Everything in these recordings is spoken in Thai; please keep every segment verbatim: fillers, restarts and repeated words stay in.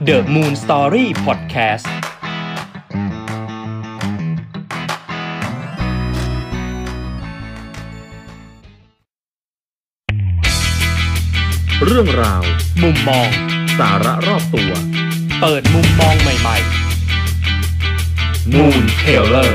The Moon Story Podcast เรื่องราวมุมมองสาระรอบตัวเปิดมุมมองใหม่ๆ Moon Taylor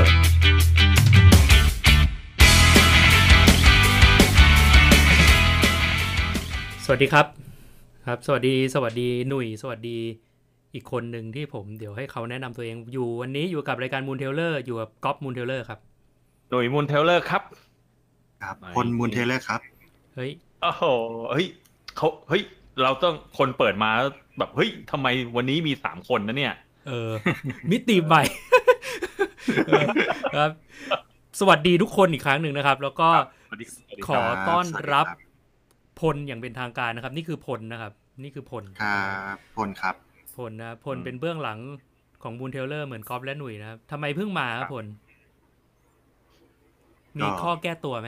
สวัสดีครับครับสวัสดีสวัสดีหนุ่ยสวัสดีอีกคนหนึ่งที่ผมเดี๋ยวให้เขาแนะนำตัวเองอยู่วันนี้อยู่กับรายการ Moon Taylor อยู่กับก๊อฟ Moon Taylor ครับหนุ่ย Moon Taylor ครับครับพล Moon Taylor ครับเฮ้ยโอ้โหเฮ้ยเขาเฮ้ยเราต้องคนเปิดมาแบบเฮ้ยทำไมวันนี้มีสามคนนะเนี่ยเออมิติใหม่ครับสวัสดีทุกคนอีกครั้งหนึ่งนะครับแล้วก็ขอต้อนรับพลอย่างเป็นทางการนะครับนี่คือพลนะครับนี่คือพลครับพลครับพลนะพลเป็นเบื้องหลังของ Moon Taylor เหมือนก๊อฟและหนุ่ยนะครับทำไมเพิ่งมาครับพลมีข้อแก้ตัวไหม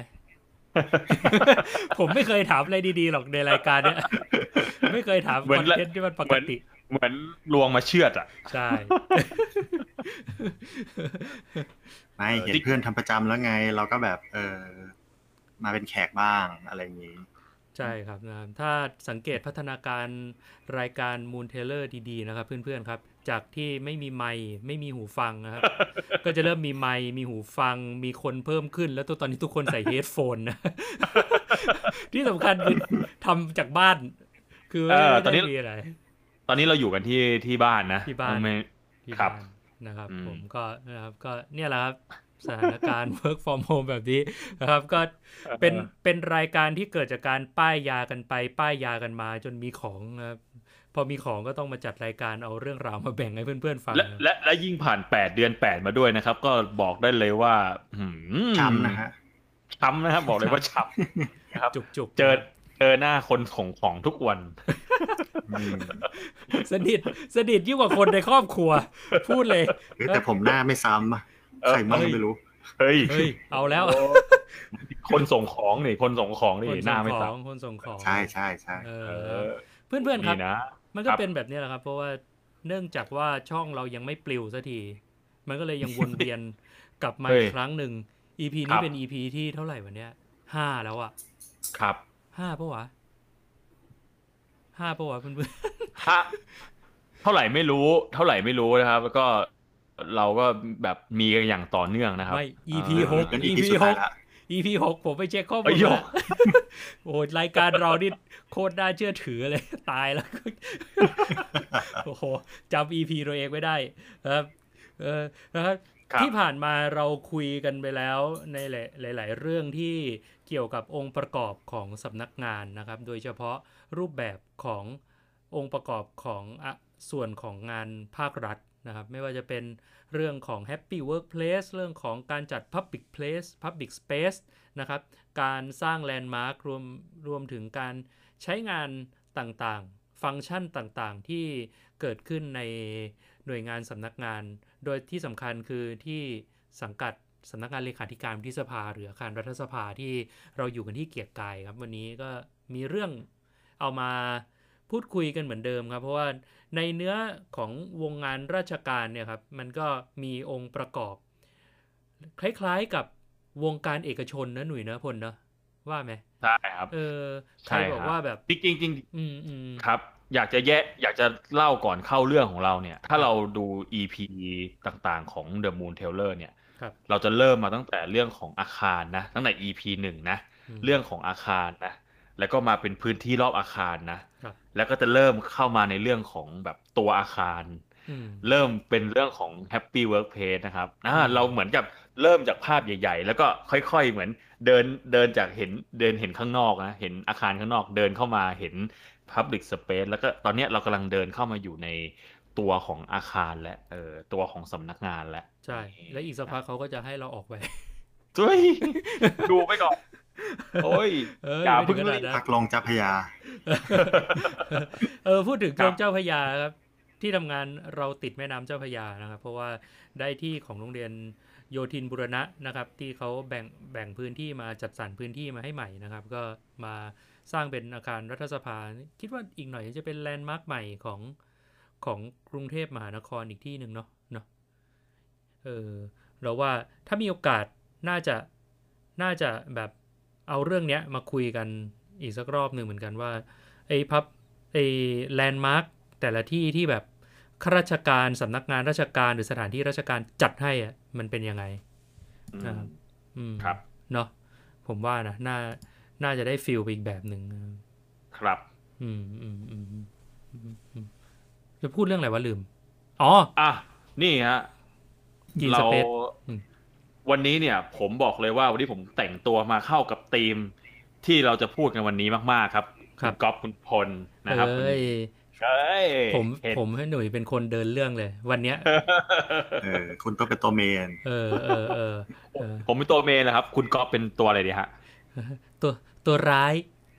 ผมไม่เคยถามอะไรดีๆหรอกในรายการเนี้ยไม่เคยถามคอนเทนต์ที่มันปกติเหมือนลวงมาเชือดอ่ะใช่ไม่เห็นเพื่อนทำประจำแล้วไงเราก็แบบเออมาเป็นแขกบ้างอะไรอย่างงี้ใช่ครับนะถ้าสังเกตพัฒนาการรายการ Moon Taylor ดีๆนะครับเพื่อนๆครับจากที่ไม่มีไมค์ไม่มีหูฟังนะครับ ก็จะเริ่มมีไมค์มีหูฟังมีคนเพิ่มขึ้นแล้วตอนนี้ทุกคนใส่เฮดโฟนนะ ที่สำคัญคือทำจากบ้านคือตอนนี้อะไรตอนนี้เราอยู่กันที่ที่บ้านนะที่บ้านครับนะครับผมก็นะครับก็เนี่ยแหละครับสถานการณ์ work from home แบบนี้นะครับก็เป็นเป็นรายการที่เกิดจากการป้ายยากันไปป้ายยากันมาจนมีของนะครับพอมีของก็ต้องมาจัดรายการเอาเรื่องราวมาแบ่งให้เพื่อนๆฟังและและและยิ่งผ่านแปดเดือนแปดมาด้วยนะครับก็บอกได้เลยว่าช้ำนะฮะช้ำนะครับบอกเลยว่าช้ำนะครับจุกๆเจอเจอหน้าคนของของทุกวันสนิทสนิทยิ่งกว่าคนในครอบครัวพูดเลยแต่ผมหน้าไม่ซ้ำอ่ะใครมั่งไม่รู้เฮ้ยเอาแล้วคนส่งของนี่คนส่งของนี่หน้าไม่ซ้ำคนส่งของใช่ใช่ใช่เพื่อนๆครับมันก็เป็นแบบนี้แหละครับเพราะว่าเนื่องจากว่าช่องเรายังไม่ปลิวสักทีมันก็เลยยังวนเวียนกลับมาอีกครั้งหนึ่ง อี พี นี้เป็น อี พี ที่เท่าไหร่วันเนี้ยห้าแล้วอ่ะครับห้าป่ะวะห้าป่ะวะเพื่อนๆห้าเท่าไหร่ไม่รู้เท่าไหร่ไม่รู้นะครับแล้วก็เราก็แบบมีกันอย่างต่อเนื่องนะครับไม่ อี พี หก อี พี หก อี พี หกผมไปเช็คข้อมูลมาโอ้รายการเรานี่โคตรน่าเชื่อถือเลยตายแล้วโอ้โหจำ อี พี ตัวเองไม่ได้ครับเออนะครับที่ผ่านมาเราคุยกันไปแล้วในหลายๆเรื่องที่เกี่ยวกับองค์ประกอบของสำนักงานนะครับโดยเฉพาะรูปแบบขององค์ประกอบของส่วนของงานภาครัฐนะครับไม่ว่าจะเป็นเรื่องของ Happy Workplace เรื่องของการจัด Public Place Public Space นะครับการสร้าง Landmark รวมรวมถึงการใช้งานต่างๆฟังก์ชันต่างๆที่เกิดขึ้นในหน่วยงานสำนักงานโดยที่สำคัญคือที่สังกัดสำนักงานเลขาธิการวุฒิสภาหรืออาคารรัฐสภาที่เราอยู่กันที่เกียรติกายครับวันนี้ก็มีเรื่องเอามาพูดคุยกันเหมือนเดิมครับเพราะว่าในเนื้อของวงงานราชการเนี่ยครับมันก็มีองค์ประกอบคล้ายๆกับวงการเอกชนนะหนุ่ยนะพลเนาะว่าไหมใช่ครับเออใครบอกว่าแบบจริงๆจริงอืมอืมครับอยากจะแยะอยากจะเล่าก่อนเข้าเรื่องของเราเนี่ยถ้าเราดู อี พี ต่างๆของ The Moon Taylor เนี่ยเราจะเริ่มมาตั้งแต่เรื่องของอาคารนะตั้งแต่ อี พี หนึ่งนะเรื่องของอาคารนะแล้วก็มาเป็นพื้นที่รอบอาคารนะแล้วก็จะเริ่มเข้ามาในเรื่องของแบบตัวอาคารเริ่มเป็นเรื่องของ Happy Workplace นะครับอ่าเราเหมือนกับเริ่มจากภาพใหญ่ๆแล้วก็ค่อยๆเหมือนเดินเดินจากเห็นเดินเห็นข้างนอกนะเห็นอาคารข้างนอกเดินเข้ามาเห็น Public Space แล้วก็ตอนนี้เรากำลังเดินเข้ามาอยู่ในตัวของอาคารและเออตัวของสำนักงานแล้วใช่และอีกสักพักเขาก็จะให้เราออกไปช่วยดูไปก่อนโอ้ยอย่าเพิ่งพักลงเจ้าพระยาเออพูดถึงลงเจ้าพระยาครับที่ทำงานเราติดแม่น้ำเจ้าพระยานะครับเพราะว่าได้ที่ของโรงเรียนโยธินบุรณะนะครับที่เขาแบ่งแบ่งพื้นที่มาจัดสรรพื้นที่มาให้ใหม่นะครับก็มาสร้างเป็นอาคารรัฐสภาคิดว่าอีกหน่อยจะเป็นแลนด์มาร์คใหม่ของของกรุงเทพมหานครอีกที่หนึ่งเนาะเนาะเออเราว่าถ้ามีโอกาสน่าจะน่าจะแบบเอาเรื่องเนี้ยมาคุยกันอีกสักรอบหนึ่งเหมือนกันว่าไอ้พับไอ้แลนด์มาร์คแต่ละที่ที่แบบข้าราชการสำนักงานราชการหรือสถานที่ราชการจัดให้อ่ะมันเป็นยังไงนะครับอืมครับเนาะผมว่านะน่าน่าจะได้ฟีลไปอีกแบบหนึ่งครับอืมอืมอืมอืมจะพูดเรื่องอะไรวะลืมอ๋ออ่ะนี่ฮะเราวันนี้เนี่ยผมบอกเลยว่าวันนี้ผมแต่งตัวมาเข้ากับธีมที่เราจะพูดกันวันนี้มากๆครับคุณก๊อฟคุณพลนะครับเอ้ยเอ้ยผมผมให้หนุ่ยเป็นคนเดินเรื่องเลยวันเนี้ยเออคุณต้องเป็นตัวเมนเออเออเออผมเป็นตัวเมนนะครับคุณก๊อฟเป็นตัวอะไรดีฮะตัวตัวร้าย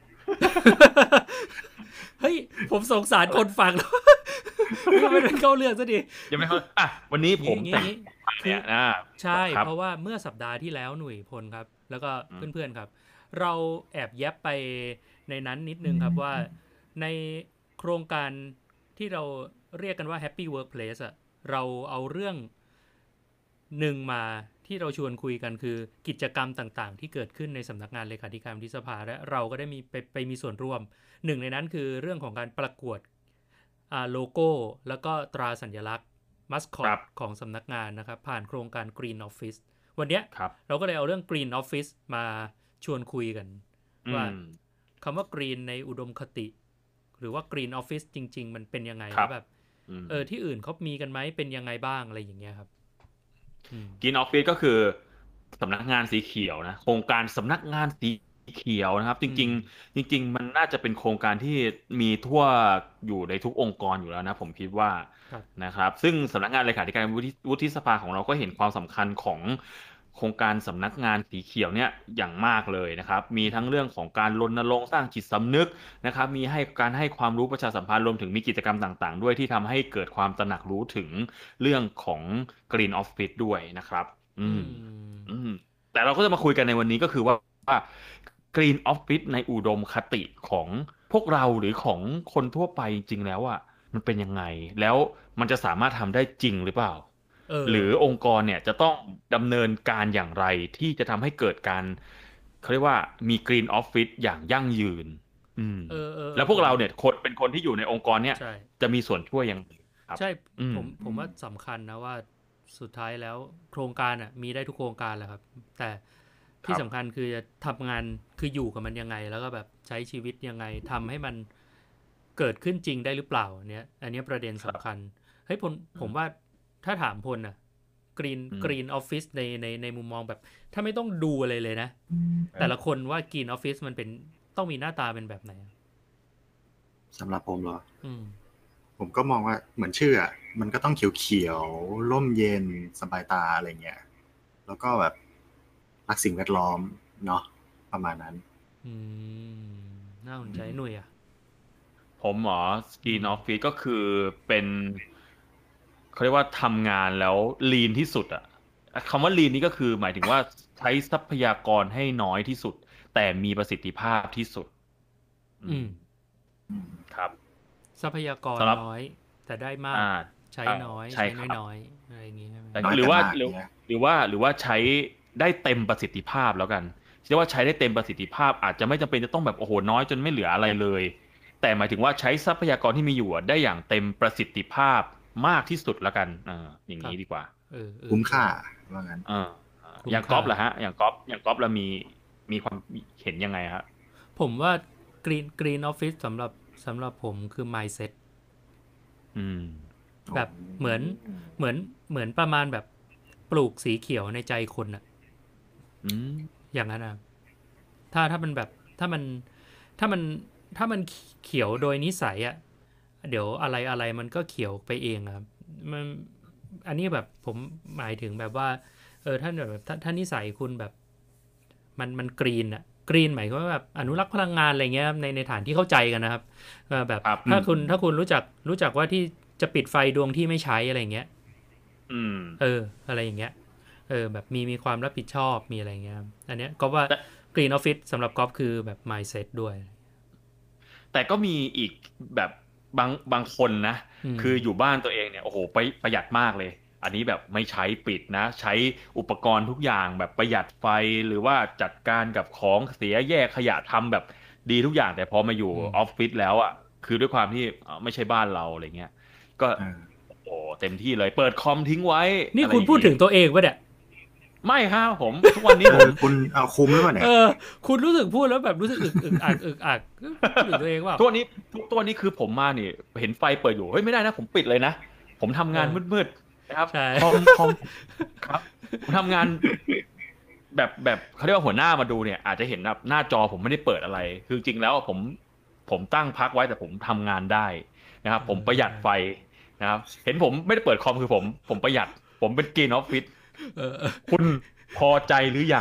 เฮ้ยผมสงสารคนฟังแล้วไม่ได้เข้าเรื่องซะดิยังไม่เข้าอ่ะวันนี้ผมแต่งเนี่ยนะใช่เพราะว่าเมื่อสัปดาห์ที่แล้วหนุ่ยพลครับแล้วก็เพื่อนๆครับเราแอบแยบไปในนั้นนิดนึงครับว่าในโครงการที่เราเรียกกันว่า Happy Workplace อ่ะเราเอาเรื่องหนึ่งมาที่เราชวนคุยกันคือกิจกรรมต่างๆที่เกิดขึ้นในสำนักงานเลขาธิการวุฒิสภาและเราก็ได้มีไปไปมีส่วนร่วมหนึ่งในนั้นคือเรื่องของการประกวดอ่าโลโก้แล้วก็ตราสัญลักษณ์มัสคอตของสำนักงานนะครับผ่านโครงการ Green Office วันนี้เราก็เลยเอาเรื่อง Green Office มาชวนคุยกันว่าคำว่า Green ในอุดมคติหรือว่า Green Office จริงๆมันเป็นยังไงแบบเออที่อื่นเขามีกันไหมเป็นยังไงบ้างอะไรอย่างเงี้ยครับ Green Office ก็คือสำนักงานสีเขียวนะโครงการสำนักงานสีเขียวนะครับจริงๆจริงๆมันน่าจะเป็นโครงการที่มีทั่วอยู่ในทุกองค์กรอยู่แล้วนะผมคิดว่านะครับซึ่งสำนักงานเลขาธิการวุฒิสภาของเราก็เห็นความสำคัญของโครงการสำนักงานสีเขียวเนี่ยอย่างมากเลยนะครับมีทั้งเรื่องของการรณรงค์สร้างจิตสำนึกนะครับมีให้การให้ความรู้ประชาสัมพันธ์รวมถึงมีกิจกรรมต่างๆด้วยที่ทำให้เกิดความตระหนักรู้ถึงเรื่องของ Green Office ด้วยนะครับอืมอืมแต่เราก็จะมาคุยกันในวันนี้ก็คือว่าว่า Green Office ในอุดมคติของพวกเราหรือของคนทั่วไปจริงๆแล้วอ่ะมันเป็นยังไงแล้วมันจะสามารถทำได้จริงหรือเปล่าหรือองค์กรเนี่ยจะต้องดำเนินการอย่างไรที่จะทำให้เกิดการเขาเรียกว่ามี Green Office อย่างยั่งยืนอืมแล้วพวกเราเนี่ยคนเป็นคนที่อยู่ในองค์กรเนี่ยจะมีส่วนช่วยยังไงใช่ผมผมว่าสำคัญนะว่าสุดท้ายแล้วโครงการอ่ะมีได้ทุกโครงการแหละครับแต่ที่สำคัญคือจะทำงานคืออยู่กับมันยังไงแล้วก็แบบใช้ชีวิตยังไงทำให้มันเกิดขึ้นจริงได้หรือเปล่าเนี้ยอันนี้ประเด็นสำคัญเฮ้ยผมผมว่าถ้าถามพลน่ะ Green Green Office ในในในมุมมองแบบถ้าไม่ต้องดูอะไรเลยนะแต่ละคนว่า Green Office มันเป็นต้องมีหน้าตาเป็นแบบไหนสำหรับผมเหรอผมก็มองว่าเหมือนชื่ออ่ะมันก็ต้องเขียวๆร่มเย็นสบายตาอะไรเงี้ยแล้วก็แบบรักสิ่งแวดล้อมเนาะประมาณนั้นอืมน่าสนใจหน่อยอ่ะผมหมอ Green Office ก็คือเป็นเขาเรียกว่าทำงานแล้วลีนที่สุดอ่ะคำว่าลีนนี้ก็คือหมายถึงว่าใช้ทรัพยากรให้น้อยที่สุดแต่มีประสิทธิภาพที่สุดอืมครับทรัพยากรน้อยแต่ได้มากใช้น้อยใช้น้อยๆอะไรอย่างงี้ใช่ไหมหรือว่าหรือหรือว่าหรือว่าใช้ได้เต็มประสิทธิภาพแล้วกันเรียกว่าใช้ได้เต็มประสิทธิภาพอาจจะไม่จำเป็นจะต้องแบบโอ้โหน้อยจนไม่เหลืออะไรเลยแต่หมายถึงว่าใช้ทรัพยากรที่มีอยู่ได้อย่างเต็มประสิทธิภาพมากที่สุดแล้วกันอ่าอย่างนี้ดีกว่าคุ้มค่าว่างั้นอ่าอย่างก๊อฟเหรอฮะอย่างก๊อฟอย่างก๊อฟเรามีมีความเห็นยังไงฮะผมว่า Green Green Office สำหรับสำหรับผมคือ mindset อืมแบบเหมือนเหมือนเหมือนประมาณแบบปลูกสีเขียวในใจคนอ่ะอืมอย่างนั้นนะถ้าถ้ามันแบบถ้ามันถ้ามันถ้ามันเขียวโดยนิสัยอ่ะเดี๋ยวอะไรอะไรมันก็เขียวไปเองครับมันอันนี้แบบผมหมายถึงแบบว่าเออถ้าแบบถ้าถ้านิสัยคุณแบบมันมันกรีนอ่ะกรีนหมายความว่าแบบอนุรักษ์พลังงานอะไรเงี้ยในในฐานที่เข้าใจกันนะครับแบบถ้าคุณถ้าคุณรู้จักรู้จักว่าที่จะปิดไฟดวงที่ไม่ใช้อะไรเงี้ยอืมเอออะไรอย่างเงี้ยเออแบบมีมีความรับผิดชอบมีอะไรเงี้ยอันเนี้ยก็ว่า Green Office สำหรับก๊อฟคือแบบ mindset ด้วยแต่ก็มีอีกแบบบางบางคนนะคืออยู่บ้านตัวเองเนี่ยโอ้โหไปประหยัดมากเลยอันนี้แบบไม่ใช้ปิดนะใช้อุปกรณ์ทุกอย่างแบบประหยัดไฟหรือว่าจัดการกับของเสียแยกขยะทำแบบดีทุกอย่างแต่พอมาอยู่ออฟฟิศแล้วอ่ะคือด้วยความที่ไม่ใช่บ้านเราอะไรเงี้ยก็โอ้เต็มที่เลยเปิดคอมทิ้งไว้นี่คุณพูดถึงตัวเองป่ะเนี่ยไม่ครับผมทุกวันนี้ผมคุณเอาคุมหรือเปล่าเนี่ยเออคุณรู้สึกพูดแล้วแบบรู้สึกอึกอึกอักอึกอักพูดถึงตัวเองว่าตัวนี้ตัวนี้คือผมมานี่เห็นไฟเปิดอยู่เฮ้ยไม่ได้นะผมปิดเลยนะผมทำงานมืดๆนะครับคอมคอมครับผมทำงานแบบแบบเขาเรียกว่าหัวหน้ามาดูเนี่ยอาจจะเห็นแบบหน้าจอผมไม่ได้เปิดอะไรคือจริงแล้วผมผมตั้งพักไว้แต่ผมทำงานได้นะครับผมประหยัดไฟนะครับเห็นผมไม่ได้เปิดคอมคือผมผมประหยัดผมเป็นกรีนออฟฟิศคุณพอใจหรือยัง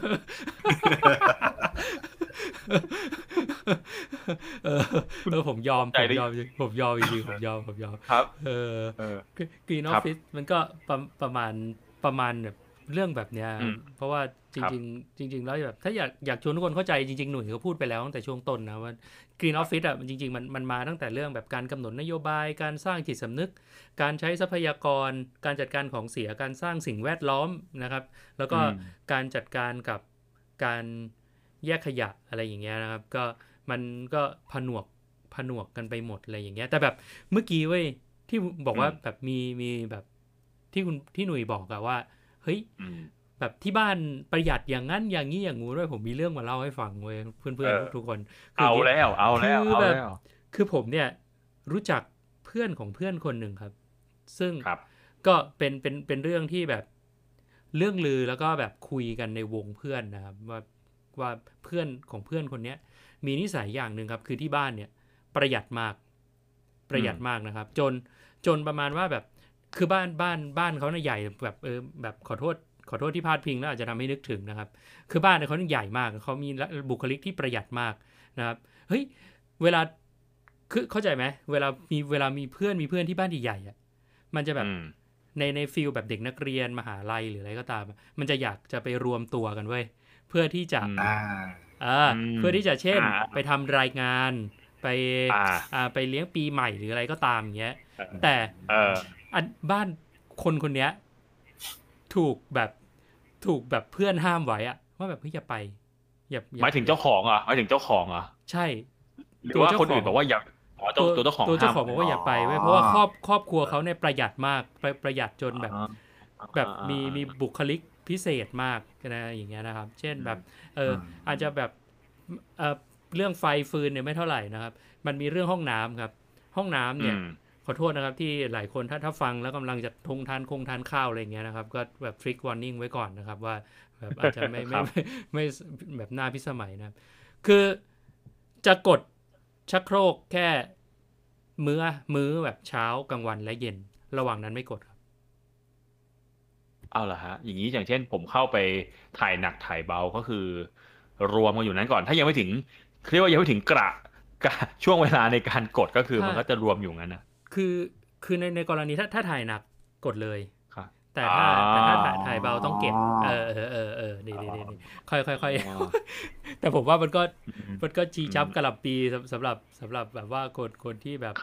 เออผมยอมผมยอมผมยอมจริงๆผมยอมผมยอมครับเออกรีนออฟฟิศมันก็ประประมาณประมาณแบบเรื่องแบบเนี้ยเพราะว่าจริงๆจริงๆแล้วแบบถ้าอยากอยากชวนทุกคนเข้าใจจริงๆหนุ่ยเขาพูดไปแล้วตั้งแต่ช่วงต้นนะว่ากรีนออฟฟิศอ่ะจริงๆมันมันมาตั้งแต่เรื่องแบบการกำหนดนโยบายการสร้างจิตสำนึกการใช้ทรัพยากรการจัดการของเสียการสร้างสิ่งแวดล้อมนะครับแล้วก็การจัดการกับการแยกขยะอะไรอย่างเงี้ยนะครับก็มันก็ผนวกผนวกกันไปหมดอะไรอย่างเงี้ยแต่แบบเมื่อกี้เว้ยที่บอกว่าแบบมีมีแบบที่คุณที่หนุ่ยบอกอะว่าเฮ้ยแบบที่บ้านประหยัดอย่างนั้นอย่างนี้อย่างงูด้วยผมมีเรื่องมาเล่าให้ฟังเว้ยเพื่อนๆทุกคนเอาแล้วเอาแล้วเอาแล้วคือผมเนี่ยรู้จักเพื่อนของเพื่อนคนหนึ่งครับซึ่งก็เป็นเป็นเป็นเรื่องที่แบบเรื่องลือแล้วก็แบบคุยกันในวงเพื่อนนะครับว่าว่าเพื่อนของเพื่อนคนนี้มีนิสัยอย่างหนึ่งครับคือที่บ้านเนี่ยประหยัดมากประหยัดมากนะครับจนจนประมาณว่าแบบคือบ้านบ้านบ้านเขาเนี่ยใหญ่แบบเออแบบขอโทษขอโทษที่พลาดพิงแล้วอาจจะทำให้นึกถึงนะครับคือบ้านเขาใหญ่มากเขามีบุคลิกที่ประหยัดมากนะครับเฮ้ยเวลาคือเข้าใจไหมเวลามีเวลามีเพื่อนมีเพื่อนที่บ้านใหญ่ๆอ่ะมันจะแบบในในฟีลแบบเด็กนักเรียนมหาลัยหรืออะไรก็ตามมันจะอยากจะไปรวมตัวกันเว้ยเพื่อที่จะอ่าเพื่อที่จะเช่นไปทำรายงานไปอ่าไปเลี้ยงปีใหม่หรืออะไรก็ตามอย่างเงี้ยแต่อันบ้านคนคนนี้ถูกแบบถูกแบบเพื่อนห้ามไว้อะว่าแบบเฮ้ยอย่าไปอย่าหมายถึงเจ้าของอ่ะหมายถึงเจ้าของอ่ะใช่หรือว่าคนอื่นบอกว่าอย่าตัวตัวเจ้าของตัวเจ้าของบอกว่าอย่าไปเว้ยเพราะว่าครอบครอบครัวเขาเนี่ยประหยัดมากประหยัดจนแบบแบบมีมีบุคลิกพิเศษมากนะอย่างเงี้ยนะครับเช่นแบบเอออาจจะแบบเออเรื่องไฟฟืนเนี่ยไม่เท่าไหร่นะครับมันมีเรื่องห้องน้ำครับห้องน้ำเนี่ยขอโทษนะครับที่หลายคนถ้าถ้าฟังแล้วกำลังจะทงทานคงทานข้าวอะไรเงี้ยนะครับก็แบบทริกวอร์นิ่งไว้ก่อนนะครับว่าแบบอาจจะไม่ไม่ไม่แบบหน้าพิสมัยนะครับคือจะกดชักโครกแค่มื้อมื้อแบบเช้ากลางวันและเย็นระหว่างนั้นไม่กดครับเอาล่ะฮะอย่างนี้อย่างเช่นผมเข้าไปถ่ายหนักถ่ายเบาก็คือรวมกันอยู่นั้นก่อนถ้ายังไม่ถึงเรียกว่ายังไม่ถึงกระช่วงเวลาในการกดก็คือมันก็จะรวมอยู่งั้นนะคือคือในในกรณีถ้าถ้าถ่ายหนักกดเลยแต่ถ้าแต่ถ้าถ่ายถ่ายเบาต้องเก็บเออเออเออเออดีดีดีค่อยค่อยค่อยแต่ผมว่ามันก็มันก็จีจับกระหล่ำปีสำหรับสำหรับแบบว่าคนคนที่แบบ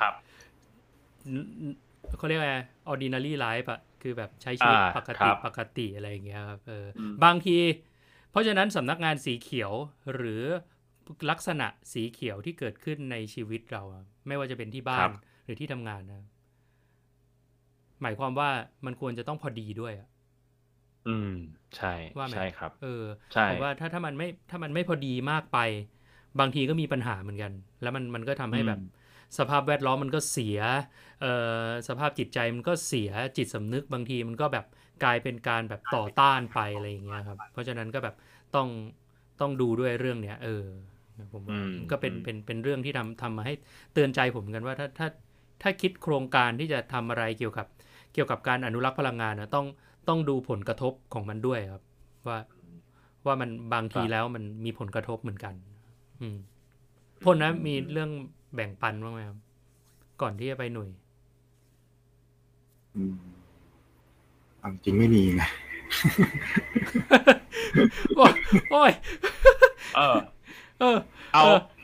เขาเรียกว่า ordinary life อะคือแบบใช้ชีวิตปกติปกติอะไรอย่างเงี้ยครับเออบางทีเพราะฉะนั้นสำนักงานสีเขียวหรือลักษณะสีเขียวที่เกิดขึ้นในชีวิตเราไม่ว่าจะเป็นที่บ้านหรือที่ทำงานนะหมายความว่ามันควรจะต้องพอดีด้วยอ่ะอืมใช่ใช่ครับเออใช่เพราะว่าถ้าถ้ามันไม่ถ้ามันไม่พอดีมากไปบางทีก็มีปัญหาเหมือนกันแล้วมันมันก็ทำให้แบบสภาพแวดล้อมมันก็เสียเอ่อสภาพจิตใจมันก็เสียจิตสำนึกบางทีมันก็แบบกลายเป็นการแบบต่อต้านไปอะไรอย่างเงี้ยครับเพราะฉะนั้นก็แบบต้องต้องดูด้วยเรื่องเนี้ยเออผมก็เป็นเป็นเป็นเรื่องที่ทำทำมาให้เตือนใจผมกันว่าถ้าถ้าถ้าคิดโครงการที่จะทำอะไรเกี่ยวกับเกี่ยวกับการอนุรักษ์พลังงานนะต้องต้องดูผลกระทบของมันด้วยครับว่าว่ามันบางทีแล้วมันมีผลกระทบเหมือนกันอืมพลนะมีเรื่องแบ่งปันบ้างไหมครับก่อนที่จะไปหน่วยอืมจริงไม่มีไงโอ้ยเออเออเอา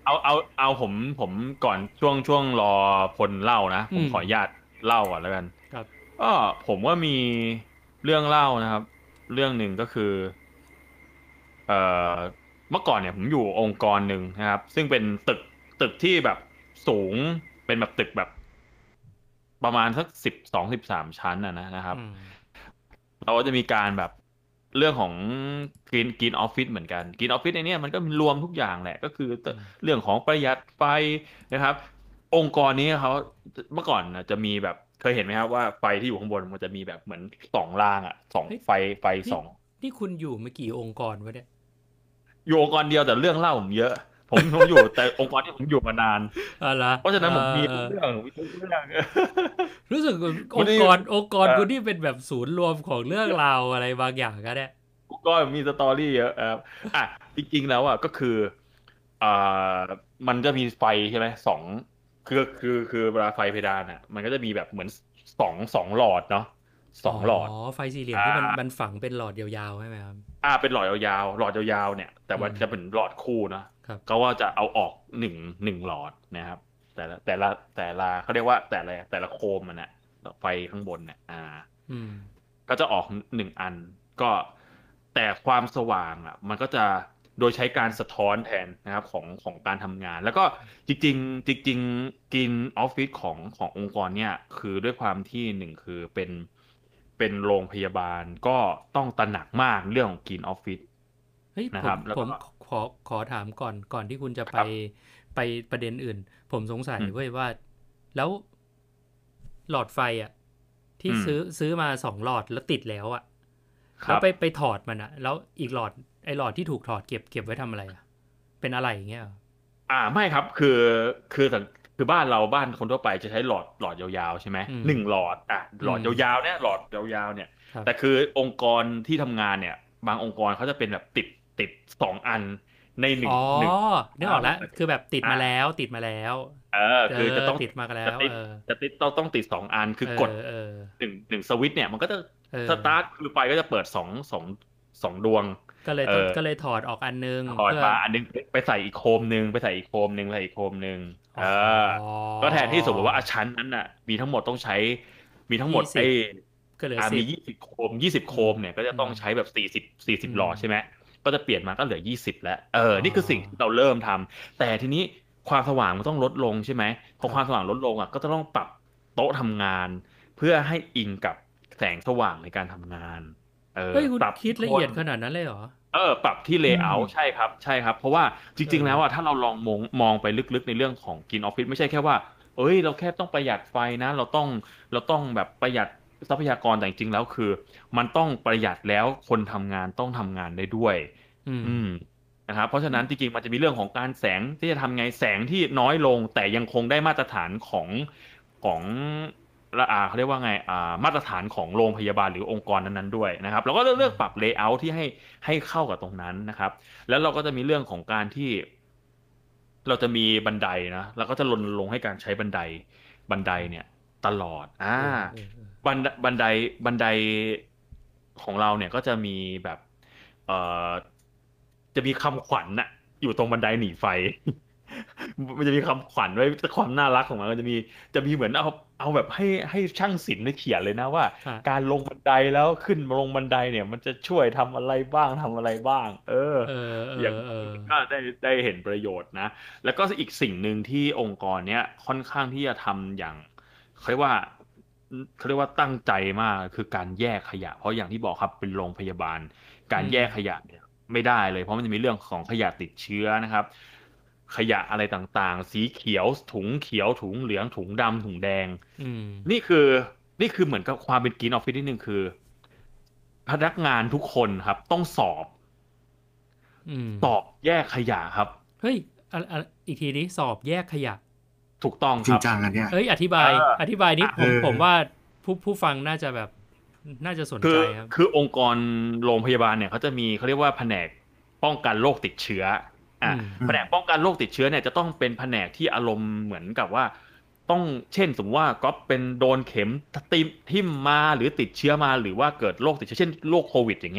เอาเอาเอาผมผมก่อนช่วงช่วงรอพลเล่านะผมขออนุญาตเล่าก่อนแล้วกันครับก็ผมว่ามีเรื่องเล่านะครับ เรื่องหนึ่งก็คือเอ่อเมื่อก่อนเนี่ยผมอยู่องค์กรหนึ่งนะครับ ซึ่งเป็นตึกตึกที่แบบสูงเป็นแบบตึกแบบประมาณสักสิบสองสิบสามชั้นนะนะครับเราก็จะมีการแบบเรื่องของกินกินออฟฟิศเหมือนกันกินออฟฟิศในนี้มันก็รวมทุกอย่างแหละก็คือเรื่องของประหยัดไฟนะครับ องค์กรนี้เขาเมื่อก่อนนะจะมีแบบเคยเห็นไหมครับว่าไฟที่อยู่ข้างบนมันจะมีแบบเหมือนสองรางอ่ะสองไฟไฟสองนี่คุณอยู่มากี่องค์กรวะเนี่ยอยู่องค์กรเดียวแต่เรื่องเล่าผมเยอะผมผมอยู่แต่องค์กรที่ผมอยู่มานานเพราะฉะนั้นผมมีเรื่องมีเรื่องรู้สึกองค์กรองค์กรคุณที่เป็นแบบศูนย์รวมของเรื่องราวอะไรบางอย่างก็ได้ก็มีสตอรี่เยอะครับอ่ะจริงๆแล้วอ่ะก็คืออ่ามันจะมีไฟใช่ไหมสองคือคือคือเวลาไฟเพดานอ่ะมันก็จะมีแบบเหมือนสองสองหลอดเนาะสองหลอดอ๋อไฟสี่เหลี่ยมที่มันมันฝังเป็นหลอดยาวๆใช่ไหมครับอ่าเป็นหลอดยาวๆหลอดยาวๆเนี่ยแต่ว่าจะเป็นหลอดคู่นะก็ว่าจะเอาออกหนึ่งหนึ่งหลอดนะครับแต่ละแต่ละแต่ละเขาเรียกว่าแต่ละแต่ละโคมมันนะไฟข้างบนเนี่ยอ่าก็จะออกหนึ่งอันก็แต่ความสว่างอ่ะมันก็จะโดยใช้การสะท้อนแทนนะครับของของการทำงานแล้วก็จริงๆจริงๆกินออฟฟิศของขององค์กรเนี่ยคือด้วยความที่หนึ่งคือเป็นเป็นโรงพยาบาลก็ต้องตระหนักมากเรื่องของกินออฟฟิศนะครับผมขอขอถามก่อนก่อนที่คุณจะไปไปประเด็นอื่นผมสงสัยเว้ยว่าแล้วหลอดไฟอ่ะที่ซื้อซื้อมาสองหลอดแล้วติดแล้วอ่ะแล้วไปไปถอดมันอ่ะแล้วอีกหลอดไอหลอดที่ถูกถอดเก็บเก็บไว้ทำอะไรอ่ะเป็นอะไรอย่างเงี้ยอ่าไม่ครับคือคือคือบ้านเราบ้านคนทั่วไปจะใช้หลอดหลอดยาวๆใช่ไหมหนึ่งหลอดอ่ะหลอดยาวๆเนี่ยหลอดยาวๆเนี่ยแต่คือองค์กรที่ทำงานเนี่ยบางองค์กรเขาจะเป็นแบบติดติดสองอันในหนึ่งอ๋อนึกออกแล้วคือแบบติดมาแล้วติดมาแล้วเออคือจะต้องติดมาแล้วจะติดต้องต้องติดสองอันคือกดหนึ่งหนึ่งสวิตช์เนี่ยมันก็จะสตาร์ทคือไฟก็จะเปิดสองสองสองดวงก็เลยก็เลยถอดออกอันนึงถอดมาอันนึงไปใส่อีกโคมนึงไปใส่อีกโคมนึงใส่อีกโคมนึงเออก็แทนที่สมมติว่าชั้นนั้นน่ะมีทั้งหมดต้องใช้มีทั้งหมดไอ้ก็เหลือมียี่สิบโคมยี่สิบโคมเนี่ยก็จะต้องใช้แบบสี่สิบสี่สิบหลอดใช่ไหมก็จะเปลี่ยนมาก็เหลือยี่สิบแล้วเออนี่คือสิ่งที่เราเริ่มทำแต่ทีนี้ความสว่างมันต้องลดลงใช่ไหมพอความสว่างลดลงอ่ะก็จะต้องปรับโต๊ะทำงานเพื่อให้อิงกับแสงสว่างในการทำงานเออปรับคิดละเอียดขนาดนั้นเลยเหรอเออปรับที่เลเยอร์ใช่ครับใช่ครับเพราะว่าจริงๆแล้วอ่ะถ้าเราลองมองมองไปลึกๆในเรื่องของกินออฟฟิศไม่ใช่แค่ว่าเอ้ยเราแค่ต้องประหยัดไฟนะเราต้องเราต้องแบบประหยัดทรัพยากรแต่จริงๆแล้วคือมันต้องประหยัดแล้วคนทำงานต้องทำงานได้ด้วยอืมนะครับเพราะฉะนั้นจริงๆมันจะมีเรื่องของการแสงที่จะทำไงแสงที่น้อยลงแต่ยังคงได้มาตรฐานของของละอาเขาเรียกว่าไงอ่ามาตรฐานของโรงพยาบาลหรือองค์กรนั้นๆด้วยนะครับเราก็เลือกปรับเลเยอร์ที่ให้ให้เข้ากับตรงนั้นนะครับแล้วเราก็จะมีเรื่องของการที่เราจะมีบันไดนะเราก็จะรณรงค์ให้การใช้บันไดบันไดเนี่ยตลอดอ่าบันบันไดบันไดของเราเนี่ยก็จะมีแบบเอ่อจะมีคำขวัญน่ะอยู่ตรงบันไดหนีไฟมันจะมีคำขวัญไว้ความน่ารักของมันก็จะมีจะมีเหมือนเอาเอาแบบให้ให้ช่างศิลป์เขียนเลยนะว่าการลงบันไดแล้วขึ้นลงบันไดเนี่ยมันจะช่วยทำอะไรบ้างทำอะไรบ้างเอออย่างก็ได้ได้เห็นประโยชน์นะแล้วก็อีกสิ่งหนึ่งที่องค์กรเนี้ยค่อนข้างที่จะทำอย่างเขาเรียกว่าเขาเรียกว่าตั้งใจมากคือการแยกขยะเพราะอย่างที่บอกครับเป็นโรงพยาบาลการแยกขยะเนี่ยไม่ได้เลยเพราะมันจะมีเรื่องของขยะติดเชื้อนะครับขยะอะไรต่างๆสีเขียวถุงเขียวถุงเหลืองถุงดำถุงแดงนี่คือนี่คือเหมือนกับความเป็นกินออฟฟิศนิดนึงคือพนักงานทุกคนครับต้องสอบสอบแยกขยะครับเฮ้ยอีกทีนี้สอบแยกขยะถูกต้องครับจริงจังอันเนี้ยเฮ้ยอธิบายอธิบายนิดผมผมว่าผู้ผู้ฟังน่าจะแบบน่าจะสนใจครับคือองค์กรโรงพยาบาลเนี่ยเขาจะมีเขาเรียกว่าแผนกป้องกันโรคติดเชื้ออ่ะแผนกป้องกันโรคติดเชื้อเนี่ยจะต้องเป็นแผนกที่อารมณ์เหมือนกับว่าต้องเช่นสมมติว่าก็เป็นโดนเข็มติมทิ่มมาหรือติดเชื้อมาหรือว่าเกิดโรคติดเชื้อเช่นโรคโควิดอย่างเงี้ย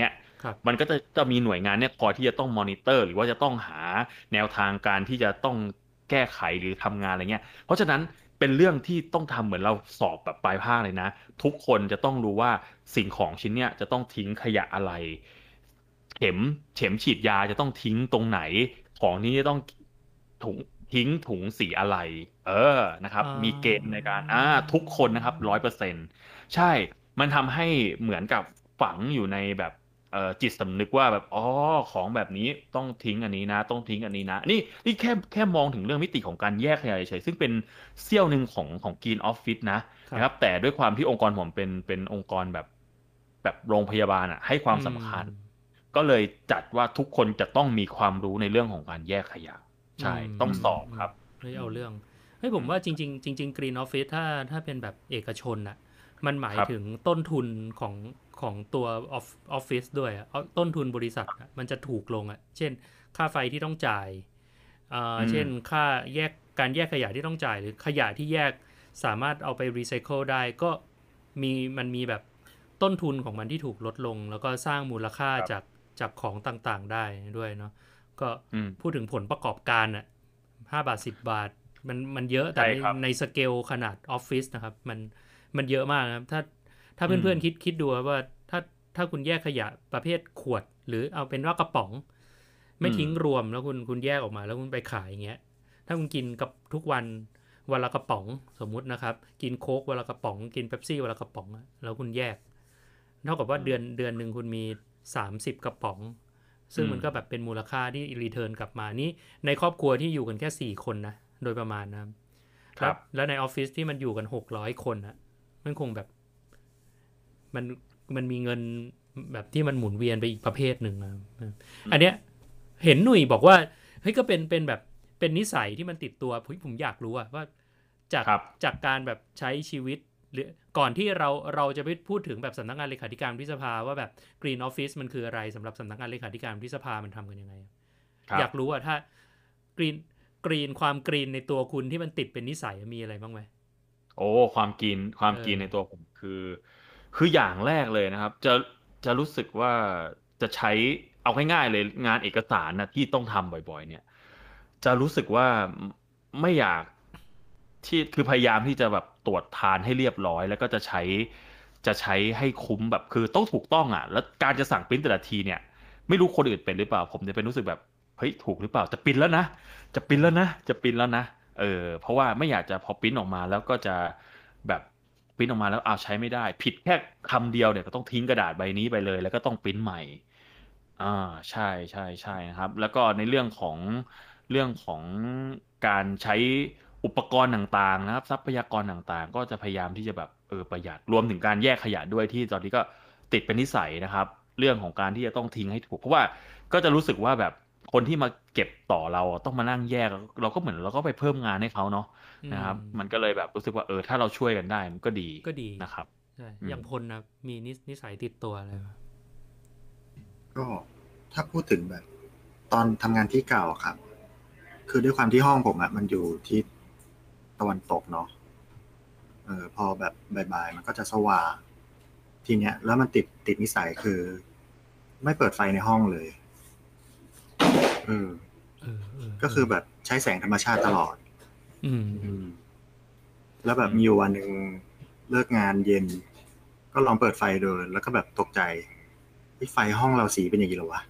มันก็จะจะมีหน่วยงานเนี่ยคอยที่จะต้องมอนิเตอร์หรือว่าจะต้องหาแนวทางการที่จะต้องแก้ไขหรือทำงานอะไรเงี้ยเพราะฉะนั้นเป็นเรื่องที่ต้องทำเหมือนเราสอบแบบปลายภาคเลยนะทุกคนจะต้องรู้ว่าสิ่งของชิ้นเนี้ยจะต้องทิ้งขยะอะไรเข็มเข็มฉีดยาจะต้องทิ้งตรงไหนของนี้จะต้องถุงทิ้งถุงสีอะไรเออนะครับมีเกณฑ์ในการอ่าทุกคนนะครับร้อยเปอร์เซ็นต์ใช่มันทำให้เหมือนกับฝังอยู่ในแบบเอ่อจิตสำนึกว่าแบบอ๋อของแบบนี้ต้องทิ้งอันนี้นะต้องทิ้งอันนี้นะนี่นี่แค่แค่มองถึงเรื่องมิติของการแยกขยะเฉยๆซึ่งเป็นเสี้ยวหนึ่งของของ Green Office นะนะครับแต่ด้วยความที่องค์กรผมเป็นเป็นองค์กรแบบแบบโรงพยาบาลอ่ะให้ความสำคัญก็เลยจัดว่าทุกคนจะต้องมีความรู้ในเรื่องของการแยกขยะใช่ต้องสอบครับเฮ้ยเอาเรื่องเฮ้ยผมว่าจริงๆจริงๆ Green Office ถ้าถ้าเป็นแบบเอกชนน่ะมันหมายถึงต้นทุนของของตัวออฟฟิศด้วยอ่ะต้นทุนบริษัทมันจะถูกลงอ่ะเช่นค่าไฟที่ต้องจ่ายอ่าเช่นค่าแยกการแยกขยะที่ต้องจ่ายหรือขยะที่แยกสามารถเอาไปรีไซเคิลได้ก็มีมันมีแบบต้นทุนของมันที่ถูกลดลงแล้วก็สร้างมูลค่าจากจากของต่างๆได้ด้วยเนาะก็พูดถึงผลประกอบการอ่ะห้าบาทสิบบาทมันมันเยอะแต่ในในสเกลขนาดออฟฟิศนะครับมันมันเยอะมากนะครับถ้าถ้าเพื่อนๆคิดคิดดูว่าถ้าถ้าคุณแยกขยะประเภทขวดหรือเอาเป็นว่ากระป๋องไม่ทิ้งรวมแล้วคุณคุณแยกออกมาแล้วคุณไปขายอย่างเงี้ยถ้าคุณกินกับทุกวันวันละกระป๋องสมมุตินะครับกินโค้กวันละกระป๋องกินเป๊ปซี่วันละกระป๋องแล้วคุณแยกเท่ากับว่าเดือนเดือนนึงคุณมีสามสิบกระป๋องซึ่งมันก็แบบเป็นมูลค่าที่รีเทิร์นกลับมานี่ในครอบครัวที่อยู่กันแค่สี่คนนะโดยประมาณนะครับแล้วในออฟฟิศที่มันอยู่กันหกร้อยคนนะมันคงแบบมันมันมีเงินแบบที่มันหมุนเวียนไปอีกประเภทหนึ่งนะอันเนี้ยเห็นหนุ่ยบอกว่าเฮ้ยก็เป็นเป็นแบบเป็นนิสัยที่มันติดตัวผมอยากรู้อะว่าจากจากการแบบใช้ชีวิตหรือก่อนที่เราเราจะไปพูดถึงแบบสำนักงานเลขาธิการวุฒิสภาว่าแบบ Green Office มันคืออะไรสำหรับสำนักงานเลขาธิการวุฒิสภามันทำกันยังไงอยากรู้อะถ้า Green Green ความกรีนในตัวคุณที่มันติดเป็นนิสัยมีอะไรบ้างไหมโอ้ความกรีนความกรีนในตัวผมคือคืออย่างแรกเลยนะครับจะจะรู้สึกว่าจะใช้เอาง่ายๆเลยงานเอกสารนะที่ต้องทำบ่อยๆเนี่ยจะรู้สึกว่าไม่อยากที่คือพยายามที่จะแบบตรวจทานให้เรียบร้อยแล้วก็จะใช้จะใช้ให้คุ้มแบบคือต้องถูกต้องอ่ะแล้วการจะสั่งปริ้นแต่ละทีเนี่ยไม่รู้คนอื่นเป็นหรือเปล่าผมจะเป็นรู้สึกแบบเฮ้ยถูกหรือเปล่าจะปริ้นแล้วนะจะปริ้นแล้วนะจะปริ้นแล้วนะเออเพราะว่าไม่อยากจะพอปริ้นออกมาแล้วก็จะแบบปริ้นออกมาแล้วเอาใช้ไม่ได้ผิดแค่คำเดียวเนี่ยก็ต้องทิ้งกระดาษใบนี้ไปเลยแล้วก็ต้องปริ้นใหม่อ่าใช่ใช่ใช่นะครับแล้วก็ในเรื่องของเรื่องของการใช้อุปกรณ์ต่างๆนะครับทรัพยากรต่างๆก็จะพยายามที่จะแบบเออประหยัดรวมถึงการแยกขยะด้วยที่ตอนนี้ก็ติดเป็นนิสัยนะครับเรื่องของการที่จะต้องทิ้งให้ถูกเพราะว่าก็จะรู้สึกว่าแบบคนที่มาเก็บต่อเราต้องมานั่งแยกเราก็เหมือนเราก็ไปเพิ่มงานให้เขาเนาะนะครับมันก็เลยแบบรู้สึกว่าเออถ้าเราช่วยกันได้มันก็ดีก็ดีนะครับใช่อย่างพลนะมีนิสัยติดตัวอะไรวะก็ถ้าพูดถึงแบบตอนทำงานที่เก่าครับคือด้วยความที่ห้องผมอะมันอยู่ที่ตะวันตกเนาะเออพอแบบบ่ายๆมันก็จะสว่างทีเนี้ยแล้วมันติดติดนิสัยคือไม่เปิดไฟในห้องเลยเออก็คือแบบใช้แสงธรรมชาติตลอดอืมแล้วแบบมีอยู่วันหนึ่งเลิกงานเย็นก็ลองเปิดไฟดูแล้วก็แบบตกใจไฟห้องเราสีเป็นอย่างนี้เหรอวะ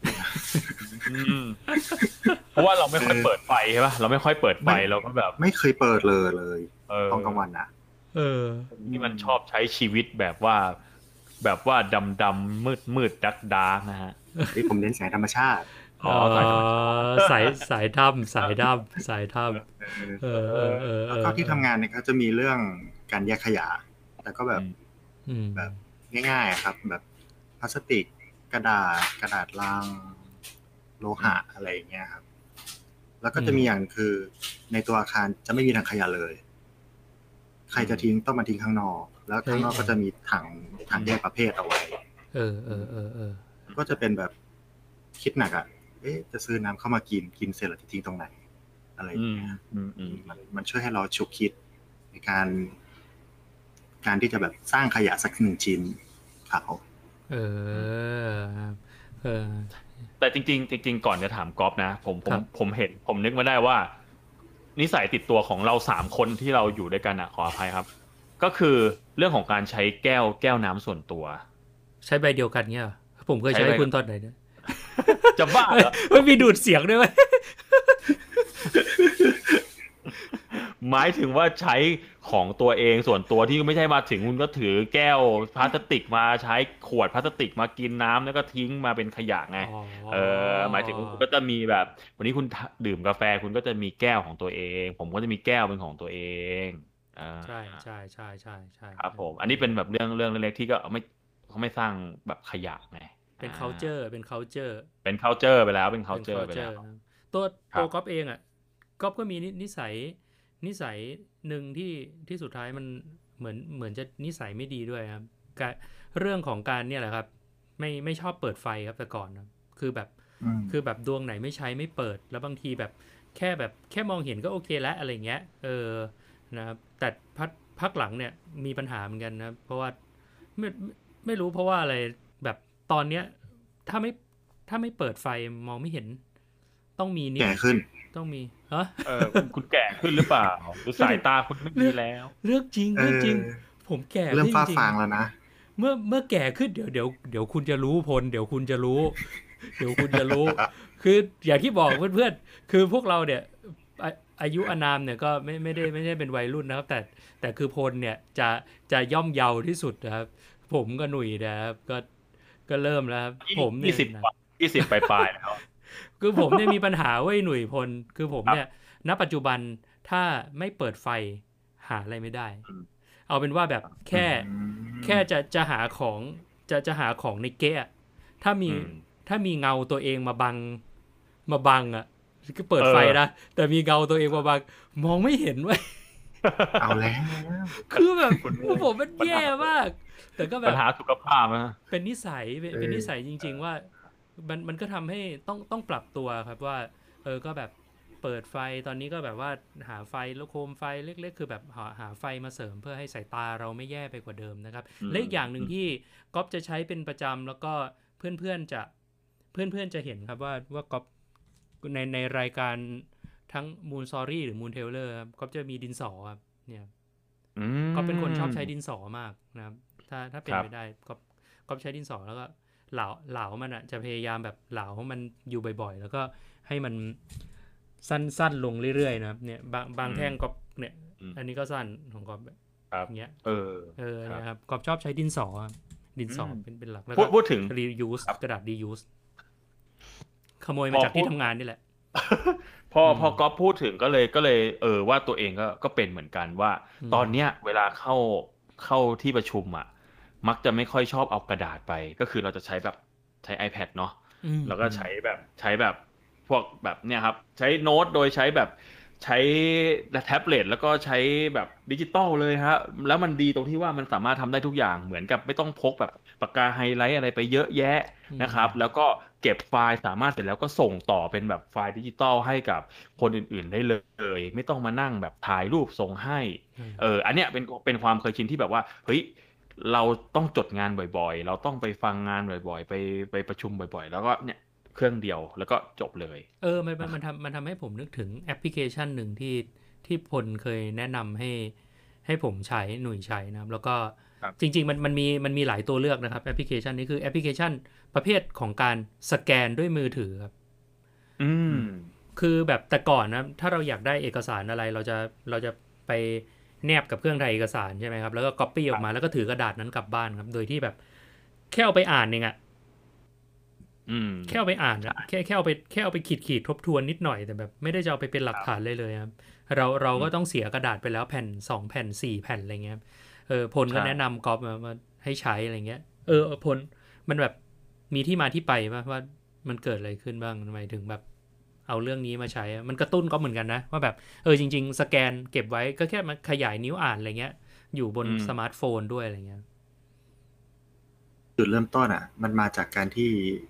เพราะว่าเราไม่ค่อยเปิดไฟใช่ป่ะเราไม่ค่อยเปิดไฟเราก็แบบไม่เคยเปิดเลยเลยตอนกลางวันนะเออที่มันชอบใช้ชีวิตแบบว่าแบบว่าดำดำมืดมืดดักดาร์กนะฮะที่ผมเน้นแสงธรรมชาติอ๋อสายสายดำสายดำสายดำเออเออเออแล้วก็ที่ทำงานเนี่ยก็จะมีเรื่องการแยกขยะแต่ก็แบบแบบง่ายๆครับแบบพลาสติกกระดาษกระดาษลังโลหะอะไรอย่างเงี้ยครับแล้วก็จะมีอย่างคือในตัวอาคารจะไม่มีถังขยะเลยใครจะทิ้งต้องมาทิ้งข้างนอกแล้วข้างนอกก็จะมีถังถังแยกประเภทเอาไว้เออเออเออเออก็จะเป็นแบบคิดหนักอ่ะเอ๊ะจะซื้อน้ำเข้ามากินกินเสร็จแล้วจะทิ้งตรงไหนอะไรอย่างเงี้ยมันมันช่วยให้เราฉุกคิดในการการที่จะแบบสร้างขยะสักหนึ่งชิ้นครับเเออเออแต่จริงๆจริงๆก่อนจะถามก๊อฟนะผมผมผมเห็นผมนึกมาได้ว่านิสัยติดตัวของเราสามคนที่เราอยู่ด้วยกันอ่ะขออภัยครับก็คือเรื่องของการใช้แก้วแก้วน้ำส่วนตัวใช้ใบเดียวกันเงี้ยผมเคยใช้คุณตอนไหนเนี่ยจะบ้าเหรอไม่มีดูดเสียงด้วยไหมหมายถึงว่าใช้ของตัวเองส่วนตัวที่ไม่ใช่มาถึงคุณก็ถือแก้วพลาสติกมาใช้ขวดพลาสติกมากินน้ำแล้วก็ทิ้งมาเป็นขยะไงเออหมายถึงคุณก็จะมีแบบวันนี้คุณดื่มกาแฟคุณก็จะมีแก้วของตัวเองผมก็จะมีแก้วเป็นของตัวเองใช่ใช่ใช่ใช่ใช่ครับผมอันนี้เป็นแบบเรื่องเรื่องเล็กๆที่ก็ไม่เขาไม่สร้างแบบขยะไงเป็น culture เป็น culture เป็น culture ไปแล้วเป็น culture ไปแล้วตัวตัวก๊อฟเองอ่ะก๊อฟก็มีนิสัยนิสัยหนึ่งที่ที่สุดท้ายมันเหมือนเหมือนจะนิสัยไม่ดีด้วยครับเรื่องของการเนี่ยแหละครับไม่ไม่ชอบเปิดไฟครับแต่ก่อนนะคือแบบคือแบบดวงไหนไม่ใช้ไม่เปิดแล้วบางทีแบบแค่แบบแค่มองเห็นก็โอเคแล้วอะไรเงี้ยเออนะครับแต่พักพักหลังเนี่ยมีปัญหาเหมือนกันนะเพราะว่าไม่ไม่รู้เพราะว่าอะไรแบบตอนเนี้ยถ้าไม่ถ้าไม่เปิดไฟมองไม่เห็นต้องมีนี่แก่ขึ้นต้องมีฮะเออคุณแก่ขึ้นหรือเปล่าหรือสายตาคุณไม่มีแล้วเรื่องจริงเรื่องจริงผมแก่เริ่มฟ้าฟางแล้วนะเมื่อเมื่อแก่ขึ้นเดี๋ยวเดี๋ยวเดี๋ยวคุณจะรู้พลเดี๋ยวคุณจะรู้เดี๋ยวคุณจะรู้คืออย่างที่บอกเพื่อนๆคือพวกเราเนี่ยอายุอานามเนี่ยก็ไม่ไม่ได้ไม่ได้เป็นวัยรุ่นนะครับแต่แต่คือพลเนี่ยจะจะย่อมเยาว์ที่สุดนะครับผมก็หนุ่ยนะครับก็ก็เริ่มแล้วครับผมเนี่ยยี่สิบยี่สิบปลายๆแล้วคือผมเนี่ยมีปัญหาเว้ยหนุ่ยพลคือผมเนี่ยณปัจจุบันถ้าไม่เปิดไฟหาอะไรไม่ได้เอาเป็นว่าแบบแค่แค่จะจะหาของจะจะหาของในเก๊ะถ้ามีถ้ามีเงาตัวเองมาบังมาบังอ่ะก็เปิดไฟนะแต่มีเงาตัวเองมาบังมองไม่เห็นเว้ยเอาแล้วคือแบบผมมันแย่มากแต่ก็แบบปัญหาสุขภาพนะเป็นนิสัยเป็นนิสัยจริงๆว่ามันมันก็ทำให้ต้องต้องปรับตัวครับว่าเออก็แบบเปิดไฟตอนนี้ก็แบบว่าหาไฟแล้วโคมไฟเล็กๆคือแบบหาหาไฟมาเสริมเพื่อให้สายตาเราไม่แย่ไปกว่าเดิมนะครับและอีกอย่างหนึ่งที่ก๊อฟจะใช้เป็นประจำแล้วก็เพื่อนๆจะเพื่อนๆจะเห็นครับว่าว่าก๊อฟในในรายการทั้ง Moon Story หรือ Moon Tailor ครับก๊อฟจะมีดินสอครับเนี่ยก๊อฟเป็นคนชอบใช้ดินสอมากนะครับถ้าถ้าเป็นไปได้ก๊อฟก๊อฟใช้ดินสอแล้วก็เหลาเหลามันอ่ะจะพยายามแบบเหลาให้มันอยู่บ่อยๆแล้วก็ให้มันสั้นๆลงเรื่อยๆนะครับเนี่ยบางบางแท่งก๊อฟเนี่ยอันนี้ก็สั้นของก๊อฟแบบเงี้ยเออเออนะครับก๊อฟชอบใช้ดินสอดินสอเป็นเป็นหลักแล้วก็พูดถึง reuse กระดาษ reuse ขโมยมาจากที่ทำงานนี่แหละพอพอก๊อฟพูดถึงก็เลยก็เลยเออว่าตัวเองก็ก็เป็นเหมือนกันว่าตอนเนี้ยเวลาเข้าเข้าที่ประชุมอ่ะมักจะไม่ค่อยชอบเอากระดาษไปก็คือเราจะใช้แบบใช้ iPad เนาะแล้วก็ใช้แบบใช้แบบพวกแบบเนี่ยครับใช้โน้ตโดยใช้แบบใช้แท็บเล็ตแล้วก็ใช้แบบดิจิตอลเลยฮะแล้วมันดีตรงที่ว่ามันสามารถทำได้ทุกอย่างเหมือนกับไม่ต้องพกแบบปากกาไฮไลท์อะไรไปเยอะแยะนะครับแล้วก็เก็บไฟล์สามารถเสร็จแล้วก็ส่งต่อเป็นแบบไฟล์ดิจิตอลให้กับคนอื่นๆได้เลยไม่ต้องมานั่งแบบถ่ายรูปส่งให้เอออันเนี้ยเป็นเป็นความเคยชินที่แบบว่าเฮ้ยเราต้องจดงานบ่อยๆเราต้องไปฟังงานบ่อยๆไปไปประชุมบ่อยๆแล้วก็เนี่ยเครื่องเดียวแล้วก็จบเลยเออมันมันทำมันทำให้ผมนึกถึงแอปพลิเคชันหนึ่งที่ที่พลเคยแนะนำให้ให้ผมใช้หน่วยใช้นะครับแล้วก็จริงๆมันมันมีมันมีหลายตัวเลือกนะครับแอปพลิเคชันนี้คือแอปพลิเคชันประเภทของการสแกนด้วยมือถือครับอืมคือแบบแต่ก่อนนะถ้าเราอยากได้เอกสารอะไรเราจะเราจะไปแนบกับเครื่องถ่ายเอกสารใช่ไหมครับแล้วก็ก๊อปปี้ออกมาแล้วก็ถือกระดาษนั้นกลับบ้านครับโดยที่แบบแค่เอาไปอ่านเองอะแค่เอาไปอ่านอะแค่แค่เอาไปแค่เอาไปขีดขีดทบทวนนิดหน่อยแต่แบบไม่ได้จะเอาไปเป็นหลักฐานเลยเลยครับเราเราก็ต้องเสียกระดาษไปแล้วแผ่นสองแผ่นสี่แผ่นอะไรเงี้ยเออพลก็แนะนำก๊อฟมามาให้ใช้อะไรเงี้ยเออพลมันแบบมีที่มาที่ไปป่ะว่ามันเกิดอะไรขึ้นบ้างทำไมถึงแบบเอาเรื่องนี้มาใช้มันกระตุ้นก็เหมือนกันนะว่าแบบเออจริงๆสแกนเก็บไว้ก็แค่มาขยายนิ้วอ่านอะไรเงี้ยอยู่บนสมาร์ทโฟนด้วยอะไรเงี้ยจุดเริ่มต้นอ่ะมันมาจากการที่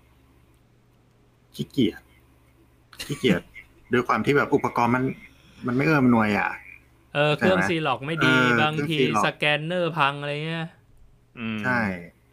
ขี้เกียจขี้เกียจด้วยความที่แบบอุปกรณ์มันมันไม่เอื้อมหน่วยอ่ะเออเครื่องซีล็อกไม่ดีบางทีสแกนเนอร์พังอะไรเงี้ยใช่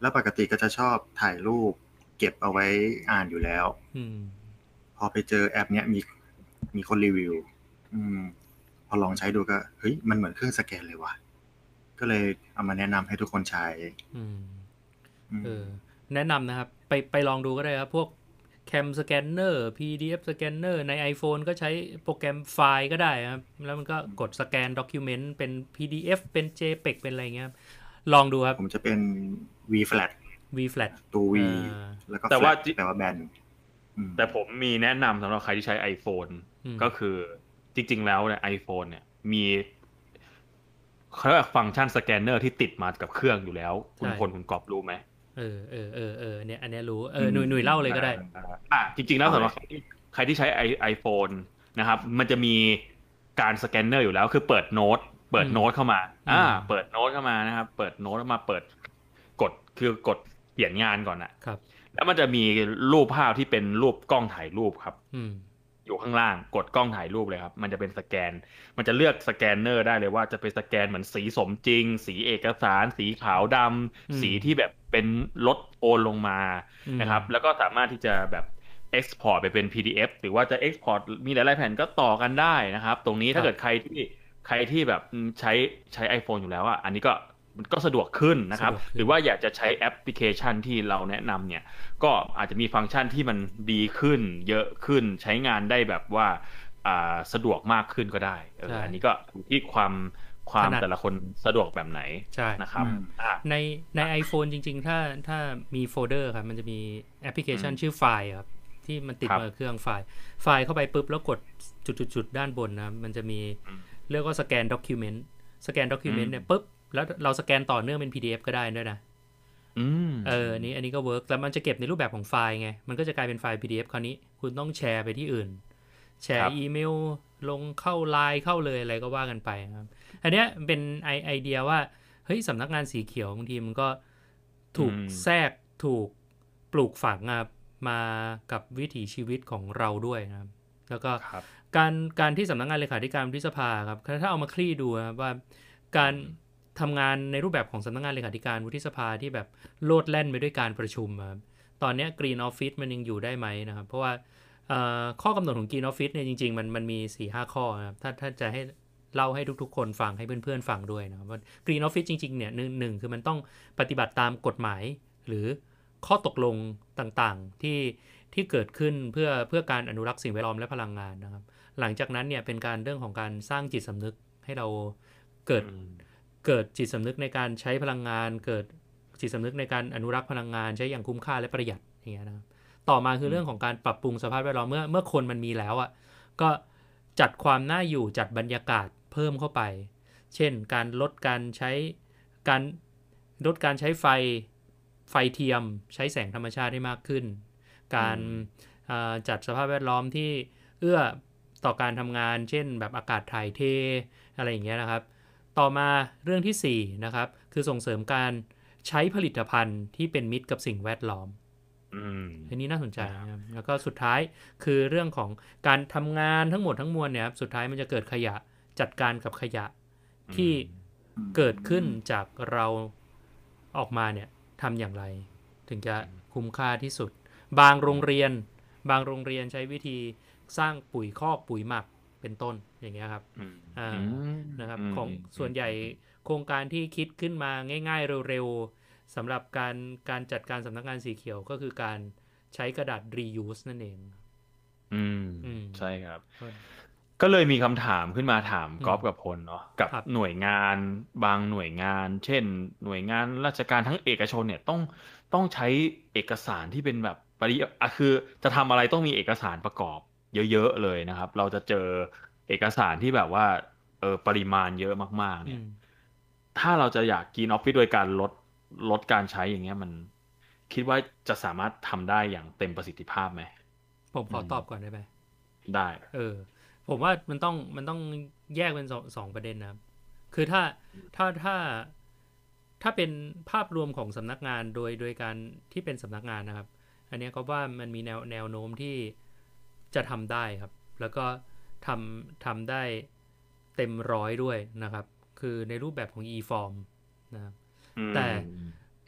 แล้วปกติก็จะชอบถ่ายรูปเก็บเอาไว้อ่านอยู่แล้วพอไปเจอแอปเนี้ยมีมีคนรีวิวอืมพอลองใช้ดูก็เฮ้ยมันเหมือนเครื่องสแกนเลยว่ะก็เลยเอามาแนะนำให้ทุกคนใช้เออแนะนำนะครับไปไปลองดูก็ได้ครับพวกแคมสแกนเนอร์ พี ดี เอฟ สแกนเนอร์ใน iPhone ก็ใช้โปรแกรมไฟล์ก็ได้ครับแล้วมันก็กดสแกนด็อกิวเมนต์เป็น พี ดี เอฟ เป็น เจ พี อี จี เป็นอะไรเงี้ยลองดูครับผมจะเป็น V-Flat V-Flat ตัว V แล้วก็แต่ว่าแปลว่าแบนแต่ผมมีแนะนำสำหรับใครที่ใช้ iPhone ก็คือจริงๆแล้วเนี่ย iPhone เนี่ยมีเขาเรียกว่าฟังก์ชันสแกนเนอร์ที่ติดมากับเครื่องอยู่แล้วคุณพลคุณกอบรู้ไหมเออเออเออเออเนี่ยอันนี้รู้เออหนุ่ยหนุ่ยเล่าเลยก็ได้อ่ะจริงๆแล้วสำหรับใครที่ใช้ iPhone นะครับมันจะมีการสแกนเนอร์อยู่แล้วคือเปิดโน้ตเปิดโน้ตเข้ามาอ่าเปิดโน้ตเข้ามานะครับเปิดโน้ตมาเปิดกดคือกดเปลี่ยนงานก่อนนะครับแล้วมันจะมีรูปภาพที่เป็นรูปกล้องถ่ายรูปครับอยู่ข้างล่างกดกล้องถ่ายรูปเลยครับมันจะเป็นสแกนมันจะเลือกสแกนเนอร์ได้เลยว่าจะเป็นสแกนเหมือนสีสมจริงสีเอกสารสีขาวดำสีที่แบบเป็นลดโอนลงมานะครับแล้วก็สามารถที่จะแบบ export ไปเป็น พี ดี เอฟ หรือว่าจะ export มีหลายๆแผ่นก็ต่อกันได้นะครับตรงนี้ถ้าเกิดใครที่ใครที่แบบใช้ใช้ iPhone อยู่แล้วอ่ะอันนี้ก็มันก็สะดวกขึ้นนะครับหรือว่าอยากจะใช้แอปพลิเคชันที่เราแนะนำเนี่ยก็อาจจะมีฟังก์ชันที่มันดีขึ้นเยอะขึ้นใช้งานได้แบบว่าอ่าสะดวกมากขึ้นก็ได้เอออันนี้ก็อยู่ที่ความความแต่ละคนสะดวกแบบไหนนะครับในใน iPhone จริงๆถ้าถ้ามีโฟลเดอร์ครับมันจะมีแอปพลิเคชันชื่อไฟล์ครับที่มันติดมาเครื่องไฟล์ไฟล์เข้าไปปุ๊บแล้วกดจุดๆๆด้านบนนะมันจะมีเรียกว่าสแกนด็อกิวเมนต์สแกนด็อกิวเมนต์เนี่ยปุ๊บแล้วเราสแกนต่อเนื่องเป็น พี ดี เอฟ ก็ได้ด้วยนะเอออันนี้อันนี้ก็เวิร์กแล้วมันจะเก็บในรูปแบบของไฟล์ไงมันก็จะกลายเป็นไฟล์ พี ดี เอฟ คราวนี้คุณต้องแชร์ไปที่อื่นแชร์อีเมลลงเข้า ไลน์ เข้าเลยอะไรก็ว่ากันไปครับอันเนี้ยเป็นไอไอเดียว่าเฮ้ยสำนักงานสีเขียวบางทีมันก็ถูกแทรกถูกปลูกฝังมากับวิถีชีวิตของเราด้วยนะครับแล้วก็การการที่สำนักงานเลขาธิการวุฒิสภาครับถ้าเอามาคลี่ดูนะว่าการทำงานในรูปแบบของสำนักงานเลขาธิการวุฒิสภาที่แบบโลดแล่นไปด้วยการประชุมครับตอนนี้ Green Office มันยังอยู่ได้ไหมนะครับเพราะว่าข้อกำหนดของ Green Office เนี่ยจริงๆมันมันมี สี่ห้า ข้อครับถ้าถ้าจะให้เล่าให้ทุกๆคนฟังให้เพื่อนๆฟังด้วยนะครับว่า Green Office จริงๆเนี่ยหนึ่งคือมันต้องปฏิบัติตามกฎหมายหรือข้อตกลงต่างๆที่ที่เกิดขึ้นเพื่อเพื่อการอนุรักษ์สิ่งแวดล้อมและพลังงานนะครับหลังจากนั้นเนี่ยเป็นการเรื่องของการสร้างจิตสำนึกให้เราเกิดเกิดจิตสำนึกในการใช้พลังงานเกิดจิตสำนึกในการอนุรักษ์พลังงานใช้อย่างคุ้มค่าและประหยัดอย่างเงี้ยนะครับต่อมาคือเรื่องของการปรับปรุงสภาพแวดล้อมเมื่อเมื่อคนมันมีแล้วอ่ะก็จัดความน่าอยู่จัดบรรยากาศเพิ่มเข้าไปเช่นการลดการใช้การลดการใช้ไฟไฟเทียมใช้แสงธรรมชาติให้มากขึ้นการจัดสภาพแวดล้อมที่เอื้อต่อการทำงานเช่นแบบอากาศถ่ายเทอะไรอย่างเงี้ยนะครับต่อมาเรื่องที่สี่นะครับคือส่งเสริมการใช้ผลิตภัณฑ์ที่เป็นมิตรกับสิ่งแวดล้อมอันนี้น่าสนใจนะครับแล้วก็สุดท้ายคือเรื่องของการทำงานทั้งหมดทั้งมวลเนี่ยครับสุดท้ายมันจะเกิดขยะจัดการกับขยะที่เกิดขึ้นจากเราออกมาเนี่ยทำอย่างไรถึงจะคุ้มค่าที่สุดบางโรงเรียนบางโรงเรียนใช้วิธีสร้างปุ๋ยคอกปุ๋ยหมักเป็นต้นอย่างเงี้ยครับอ่านะครับของส่วนใหญ่โครงการที่คิดขึ้นมาง่ายๆเร็วๆสำหรับการการจัดการสำนักงานสีเขียวก็คือการใช้กระดาษ reuse นั่นเองอืมใช่ครับก็เลยมีคำถามขึ้นมาถามก๊อฟกับพลเนาะกับหน่วยงานบางหน่วยงานเช่นหน่วยงานราชการทั้งเอกชนเนี่ยต้องต้องใช้เอกสารที่เป็นแบบปริอ่ะคือจะทำอะไรต้องมีเอกสารประกอบเยอะๆเลยนะครับเราจะเจอเอกสารที่แบบว่าเออปริมาณเยอะมากๆเนี่ยถ้าเราจะอยากกินออฟฟิศโดยการลดลดการใช้อย่างเงี้ยมันคิดว่าจะสามารถทำได้อย่างเต็มประสิทธิภาพไหมผมขอตอบก่อนได้ไหมได้เออผมว่ามันต้องมันต้องแยกเป็นสองสองประเด็นนะครับคือถ้าถ้าถ้าถ้าเป็นภาพรวมของสำนักงานโดยโดยการที่เป็นสำนักงานนะครับอันนี้ก็ว่ามันมีแนวแนวโน้มที่จะทำได้ครับแล้วก็ทำทำได้เต็มร้อยด้วยนะครับคือในรูปแบบของ e-form นะครับแต่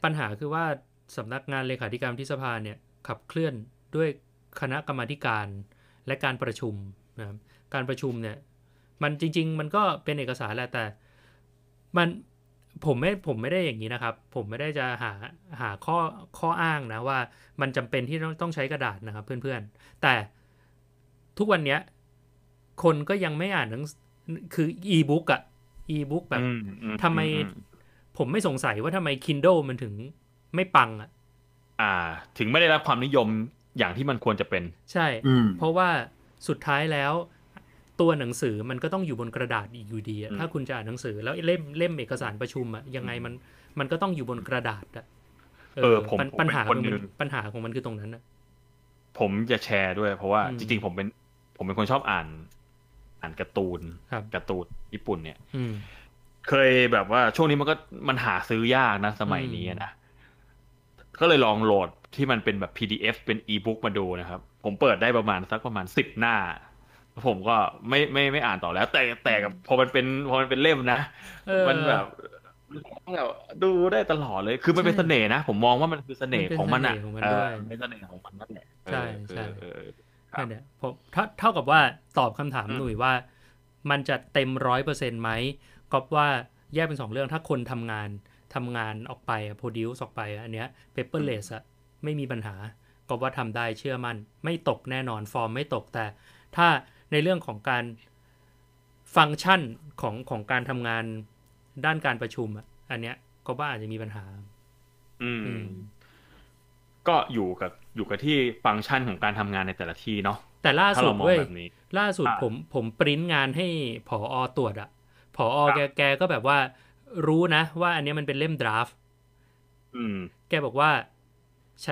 ปัญหาคือว่าสำนักงานเลขาธิการวุฒิสภาเนี่ยขับเคลื่อนด้วยคณะกรรมาธิการและการประชุมนะครับการประชุมเนี่ยมันจริงๆมันก็เป็นเอกสารแหละแต่มันผมไม่ผมไม่ได้อย่างนี้นะครับผมไม่ได้จะหาหาข้อข้ออ้างนะว่ามันจำเป็นที่ต้องต้องใช้กระดาษนะครับเพื่อนๆแต่ทุกวันนี้คนก็ยังไม่อ่านหนังคืออีบุ๊กอะอีบุ๊กแบบทำไมผมไม่สงสัยว่าทำไม Kindle มันถึงไม่ปังอะอ่าถึงไม่ได้รับความนิยมอย่างที่มันควรจะเป็นใช่เพราะว่าสุดท้ายแล้วตัวหนังสือมันก็ต้องอยู่บนกระดาษอยู่ดีถ้าคุณจะอ่านหนังสือแล้วเล่มเล่มเอกสารประชุมอะยังไงมันมันก็ต้องอยู่บนกระดาษอะเออผมปัญหาของมันปัญหาของมันคือตรงนั้นนะผมจะแชร์ด้วยเพราะว่าจริงๆผมเป็นผมเป็นคนชอบอ่านอ่านการ์ตูนการ์ตูนญี่ปุ่นเนี่ยเคยแบบว่าช่วงนี้มันก็มันหาซื้อยากนะสมัยนี้นะก็เลยลองโหลดที่มันเป็นแบบ พี ดี เอฟ เป็นอีบุ๊กมาดูนะครับผมเปิดได้ประมาณสักประมาณสิบหน้าผมก็ไม่ไม่ไม่อ่านต่อแล้วแต่แต่กับพอมันเป็นพอมันเป็นเล่มนะมันแบบแบบดูได้ตลอดเลยคือมันเป็นเสน่ห์นะผมมองว่ามันคือเสน่ห์ของมันอ่ะเป็นเสน่ห์ของมันนั่นแหละใช่ใช่นั่นเนี่ยผมถ้าเท่ากับว่าตอบคำถามหนุ่ยว่ามันจะเต็มร้อยเปอร์เซ็นต์ไหมก็ว่าแยกเป็นสองเรื่องถ้าคนทำงานทำงานออกไปโปรดิวซ์ออกไปอันเนี้ย paperless อะไม่มีปัญหาก็ว่าทำได้เชื่อมั่นไม่ตกแน่นอนฟอร์มไม่ตกแต่ถ้าในเรื่องของการฟังก์ชันของของการทำงานด้านการประชุมอ่ะอันเนี้ยก็ว่าอาจจะมีปัญหาอืมก็อยู่กับอยู่กับที่ฟังก์ชันของการทำงานในแต่ละที่เนาะแต่ล่าสุดเว้ยล่าสุดผมผมปริ้นงานให้ผอ.ตรวจอ่ะผอ.แกแกก็แบบว่ารู้นะว่าอันนี้มันเป็นเล่มดราฟต์แกบอกว่าใช้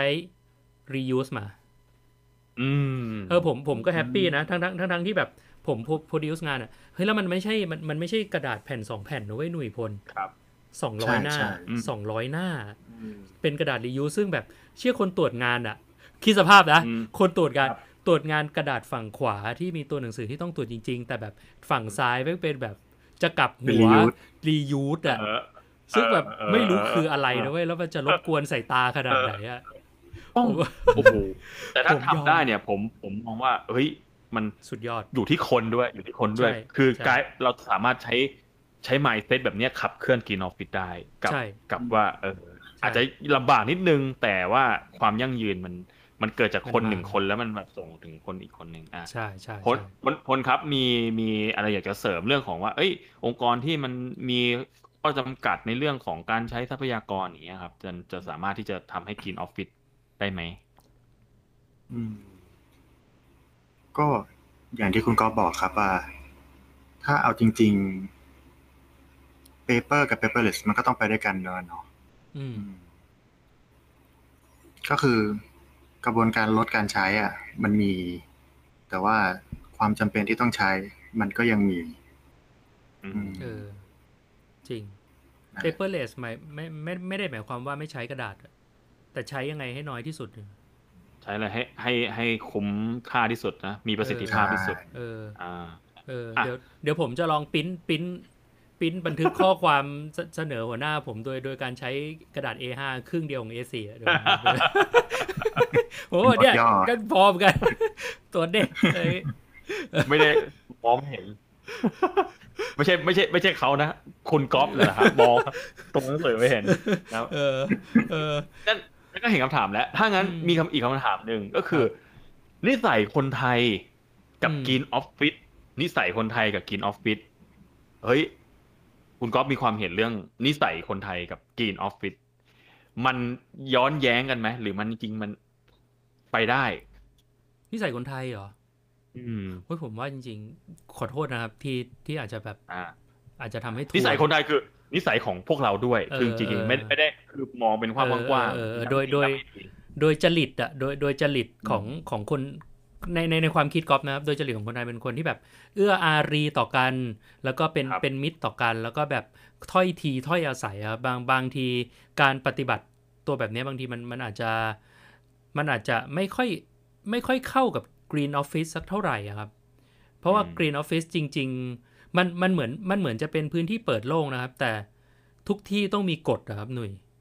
reuse มาเออผมผมก็แฮปปี้นะทั้งทั้งทั้งทั้งที่แบบผมโปรดิวซ์งานอ่ะเฮ้ยแล้วมันไม่ใช่มันมันไม่ใช่กระดาษแผ่นสองแผ่นนะเว้ยหนุ่ยพลครับสองร้อยหน้าสองร้อยหน้าเป็นกระดาษ reuse ซึ่งแบบเชื่อคนตรวจงานอ่ะคิดสภาพนะคนตรวจงานตรวจงานกระดาษฝั่งขวาที่มีตัวหนังสือที่ต้องตรวจจริงๆแต่แบบฝั่งซ้ายไม่เป็นแบบจะกลับหัว reuse อ่ะซึ่งแบบไม่รู้คืออะไรนะเว้ยแล้วมันจะรบกวนสายตาขนาดไหนอ่ะโอ้โหแต่ถ้าทำได้เนี่ยผมผมมองว่าเฮ้ยมันสุดยอดอยู่ที่คนด้วยอยู่ที่คนด้วยคือการเราสามารถใช้ใช้ mindset แบบนี้ขับเคลื่อน Green Office ได้กับกับว่าเอออาจจะลำบากนิดนึงแต่ว่าความยั่งยืนมันมันเกิดจากคนหนึ่งคนแล้วมันแบบส่งถึงคนอีกคนหนึ่งอ่ะใช่ใช่พลพลครับมีมีอะไรอยากจะเสริมเรื่องของว่าเอ้ยองค์กรที่มันมีข้อจำกัดในเรื่องของการใช้ทรัพยากรอย่างเงี้ยครับจะจะสามารถที่จะทำให้ Green Office ได้ไหมอืมก็อย่างที่คุณก๊อฟบอกครับว่าถ้าเอาจริงๆ paper กับ paperless มันก็ต้องไปด้วยกันเนาะอืมก็คือกระบวนการลดการใช้อ่ะมันมีแต่ว่าความจำเป็นที่ต้องใช้มันก็ยังมีเออจริง paperless ไม่ไม่ไม่ไม่ได้หมายความว่าไม่ใช้กระดาษแต่ใช้ยังไงให้น้อยที่สุดใช้อะไรให้ให้ให้คุ้มค่าที่สุดนะมีประสิทธิภาพที่สุดเอออ่าเออเดี๋ยวเดี๋ยวผมจะลองปริ้นปริ้นปริ้นบันทึกข้อความเสนอหัวหน้าผมโดยโดยการใช้กระดาษ เอ ห้า ครึ่งเดียวของ เอ สี่ อ่ะโอ้เนี่ยกันพร้อมกันตัวเด็กไม่ได้มองเห็นไม่ใช่ไม่ใช่ไม่ใช่เขานะคุณก๊อฟเลยนะครับมองตรงนั้นเลยไม่เห็นนะเออเออนั่นก็เห็นคำถามแล้วถ้างั้นมีคำอีกคำถามหนึ่งก็คือนิสัยคนไทยกับ Green Office นิสัยคนไทยกับ Green Office เฮ้ยคุณก๊อฟมีความเห็นเรื่องนิสัยคนไทยกับ Green Office มันย้อนแย้งกันไหมหรือมันจริงๆมันไปได้นิสัยคนไทยเหรออืมเฮ้ยผมว่าจริงๆขอโทษนะครับที่ที่อาจจะแบบอ่าอาจจะทำให้นิสัยคนไทยคือนิสัยของพวกเราด้วยคือจริงๆไม่ไม่ได้คือมองเป็นความกว้างๆโดยโดยโดยจริตอ่ะโดยโดยจริตของของคนในในในความคิดก๊อฟนะครับโดยจริตของคนไทยเป็นคนที่แบบเอื้ออารีต่อกันแล้วก็เป็นเป็นมิตรต่อกันแล้วก็แบบถ้อยทีถ้อยอาศัยครับบางบางทีการปฏิบัติตัวแบบนี้บางทีมันมันอาจจะมันอาจจะไม่ค่อยไม่ค่อยเข้ากับ Green Office สักเท่าไหร่ครับเพราะว่า Green Office จริงๆมันมันเหมือนมันเหมือนจะเป็นพื้นที่เปิดโล่งนะครับแต่ทุกที่ต้องมีกฎครับหนุ่ย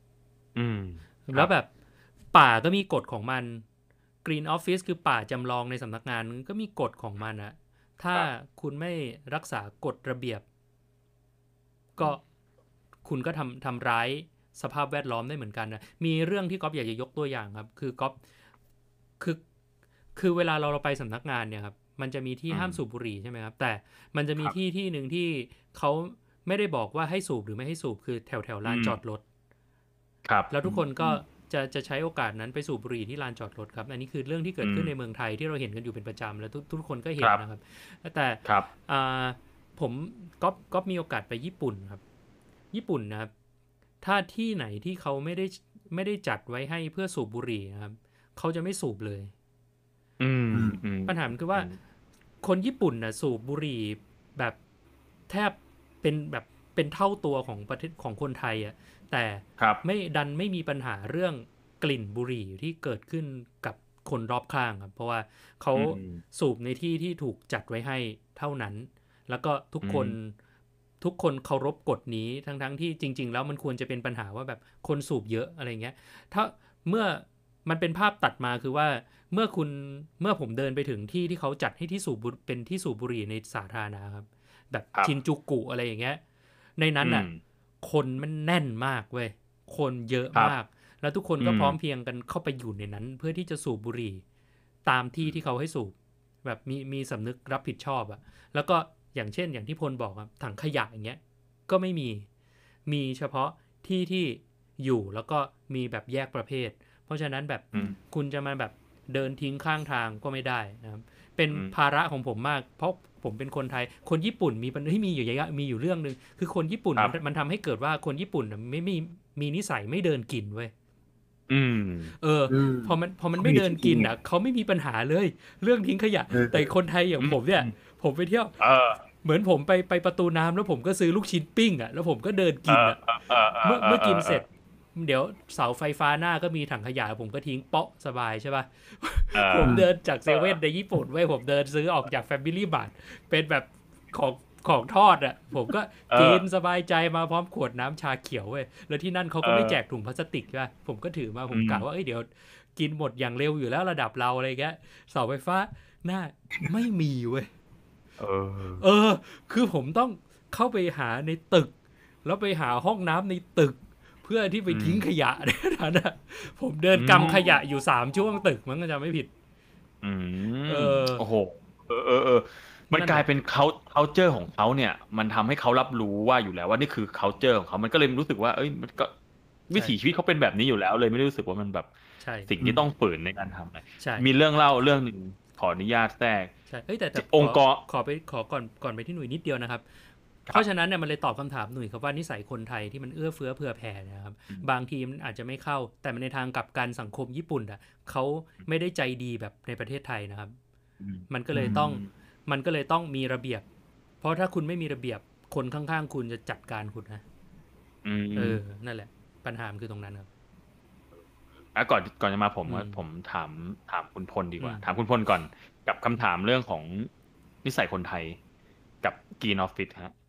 อืมแล้วแบบป่าก็มีกฎของมัน Green Office คือป่าจำลองในสำนักงานก็มีกฎของมันอะถ้าคุณไม่รักษากฎระเบียบก็คุณก็ทำทำร้ายสภาพแวดล้อมได้เหมือนกันนะมีเรื่องที่ก๊อฟอยากจะยกตัวอย่างครับคือก๊อฟคือคือเวลาเราเราไปสำนักงานเนี่ยครับมันจะมีที่ห้ามสูบบุหรี่ใช่ไหมครับแต่มันจะมีที่ที่หนึ่งที่เขาไม่ได้บอกว่าให้สูบหรือไม่ให้สูบคือแถวแถวลานจอดรถครับแล้วทุกคนก็จะจะใช้โอกาสนั้นไปสูบบุหรี่ที่ลานจอดรถครับอันนี้คือเรื่องที่เกิดขึ้นในเมืองไทยที่เราเห็นกันอยู่เป็นประจำแล้วทุกทุกคนก็เห็นนะครับแต่ผมก็ก็มีโอกาสไปญี่ปุ่นครับญี่ปุ่นนะครับถ้าที่ไหนที่เขาไม่ได้ไม่ได้จัดไว้ให้เพื่อสูบบุหรี่นะครับเขาจะไม่สูบเลยปัญหาคือว่าคนญี่ปุ่นนะสูบบุหรี่แบบแทบเป็นแบบเป็นเท่าตัวของประเทศของคนไทยอ่ะแต่ไม่ดันไม่มีปัญหาเรื่องกลิ่นบุหรี่ที่เกิดขึ้นกับคนรอบข้างครับเพราะว่าเขาสูบในที่ที่ถูกจัดไว้ให้เท่านั้นแล้วก็ทุกคนทุกคนเคารพกฎนี้ทั้งๆ ท, ที่จริงๆแล้วมันควรจะเป็นปัญหาว่าแบบคนสูบเยอะอะไรเงี้ยถ้าเมื่อมันเป็นภาพตัดมาคือว่าเมื่อคุณเมื่อผมเดินไปถึงที่ที่เขาจัดให้ที่สูบเป็นที่สูบบุหรี่ในสาธารณะครับแบบชินจูกุอะไรอย่างเงี้ยในนั้นน่ะคนมันแน่นมากเว้ยคนเยอะมากแล้วทุกคนก็พร้อมเพียงกันเข้าไปอยู่ในนั้นเพื่อที่จะสูบบุหรี่ตามที่ที่เขาให้สูบแบบมีมีสำนึกรับผิดชอบอะแล้วก็อย่างเช่นอย่างที่พลบอกครับถังขยะอย่างเงี้ยก็ไม่มีมีเฉพาะที่ที่อยู่แล้วก็มีแบบแยกประเภทเพราะฉะนั้นแบบคุณจะมาแบบเดินทิ้งข้างทางก็ไม่ได้นะครับเป็นภาระของผมมากเพราะผมเป็นคนไทยคนญี่ปุ่นมีปัญหาที่มีอยู่เยอะมีอยู่เรื่องนึงคือคนญี่ปุ่นมันมันทำให้เกิดว่าคนญี่ปุ่นไม่มีมีนิสัยไม่เดินกินเว้ยเออพอมันพอมันไม่เดินกินอ่ะเขาไม่มีปัญหาเลยเรื่องทิ้งขยะแต่คนไทยอย่างผมเนี่ยผมไปเที่ยวเหมือนผมไปไปประตูน้ำแล้วผมก็ซื้อลูกชิ้นปิ้งอ่ะแล้วผมก็เดินกินอ่ะเมื่อเมื่อกินเสร็จเดี๋ยวเสาไฟฟ้าหน้าก็มีถังขยะผมก็ทิ้งเปาะสบายใช่ป่ะผมเดินจากเซเว่นในญี่ปุ่นไว้ผมเดินซื้อออกจาก Family Mart เป็นแบบของของทอดอ่ะผมก็กินสบายใจมาพร้อมขวดน้ำชาเขียวเว้ยแล้วที่นั่นเขาก็ไม่แจกถุงพลาสติกใช่ป่ะผมก็ถือมาผมกะว่าเอ้ยเดี๋ยวกินหมดอย่างเร็วอยู่แล้วระดับเราอะไรเงี้ยเสาไฟฟ้าหน้าไม่มีเว้ยเออเออคือผมต้องเข้าไปหาในตึกแล้วไปหาห้องน้ำในตึกเพื่อที่ไปทิ้งขยะนั่นน่ะผมเดินกำขยะอยู่สามช่วงตึกมันก็จะไม่ผิดอืมเออโอ้โหเออเออเออมันกลายเป็นเขา culture ของเขาเนี่ยมันทำให้เขารับรู้ว่าอยู่แล้วว่านี่คือ culture ของเขามันก็เลยรู้สึกว่าเอ้ยมันก็วิถีชีวิตเขาเป็นแบบนี้อยู่แล้วเลยไม่ได้รู้สึกว่ามันแบบสิ่งที่ต้องฝืนในการทำเลยมีเรื่องเล่าเรื่องนึงขออนุญาตแทรกใช่เฮ้ยแต่องค์กรขอไปขอก่อนก่อนไปที่หน่วยนิดเดียวนะครับเพราะฉะนั้นเนี่ยมันเลยตอบคำถามหน่วยครับว่านิสัยคนไทยที่มันเอื้อเฟื้อเผื่อแผ่นะครับบางทีมันอาจจะไม่เข้าแต่ในทางกลับกันสังคมญี่ปุ่นอ่ะเขาไม่ได้ใจดีแบบในประเทศไทยนะครับมันก็เลยต้องมันก็เลยต้องมีระเบียบเพราะถ้าคุณไม่มีระเบียบคนข้างๆคุณจะจัดการคุณนะเออนั่นแหละปัญหาคือตรงนั้นครับอ่ะก่อนก่อนจะมาผมผมถามถามคุณพลดีกว่าถามคุณพลก่อนกับคำถามเรื่องของนิสัยคนไทยกับกรีนออฟฟิศฮะ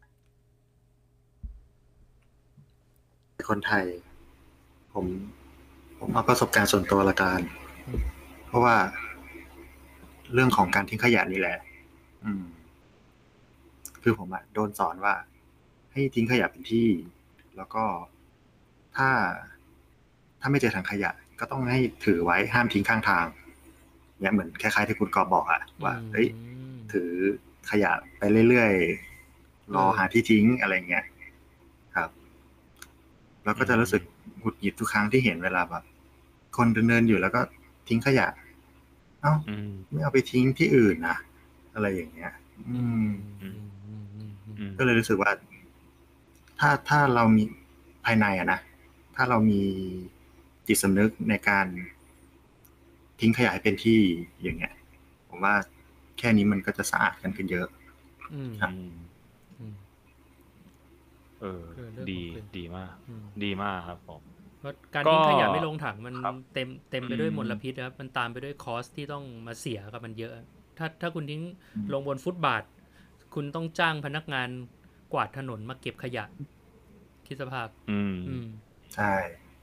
คนไทยผมผมเอาประสบการณ์ส่วนตัวละกันเพราะว่าเรื่องของการทิ้งขยะนี่แหละอืมคือผมอะโดนสอนว่าให้ทิ้งขยะเป็นที่แล้วก็ถ้าถ้าไม่เจอถังขยะก็ต้องให้ถือไว้ห้ามทิ้งข้างทางเนี่ยเหมือนคล้ายๆที่คุณกอบอกอะว่าเฮ้ยถือขยะไปเรื่อยๆรอหาที่ทิ้งอะไรเงี้ยครับแล้วก็จะรู้สึกหงุดหงิดทุกครั้งที่เห็นเวลาแบบคนเดินๆอยู่แล้วก็ทิ้งขยะเอ้าไม่เอาไปทิ้งที่อื่นนะอะไรอย่างเงี้ยอืมก็เลยรู้สึกว่าถ้าถ้าเรามีภายในอะนะถ้าเรามีจิตสำนึกในการทิ้งขยะให้เป็นที่อย่างเงี้ยผมว่าแค่นี้มันก็จะสะอาดกันขึ้นเยอะครับเออดีดีมากดีมากครับผมเพราะการทิ้งขยะไม่ลงถังมันเต็มเต็มไปด้วยมลพิษครับมันตามไปด้วยคอสที่ต้องมาเสียกับมันเยอะถ้าถ้าคุณทิ้งลงบนฟุตบาทคุณต้องจ้างพนักงานกวาดถนนมาเก็บขยะคิดสภาพอืมใช่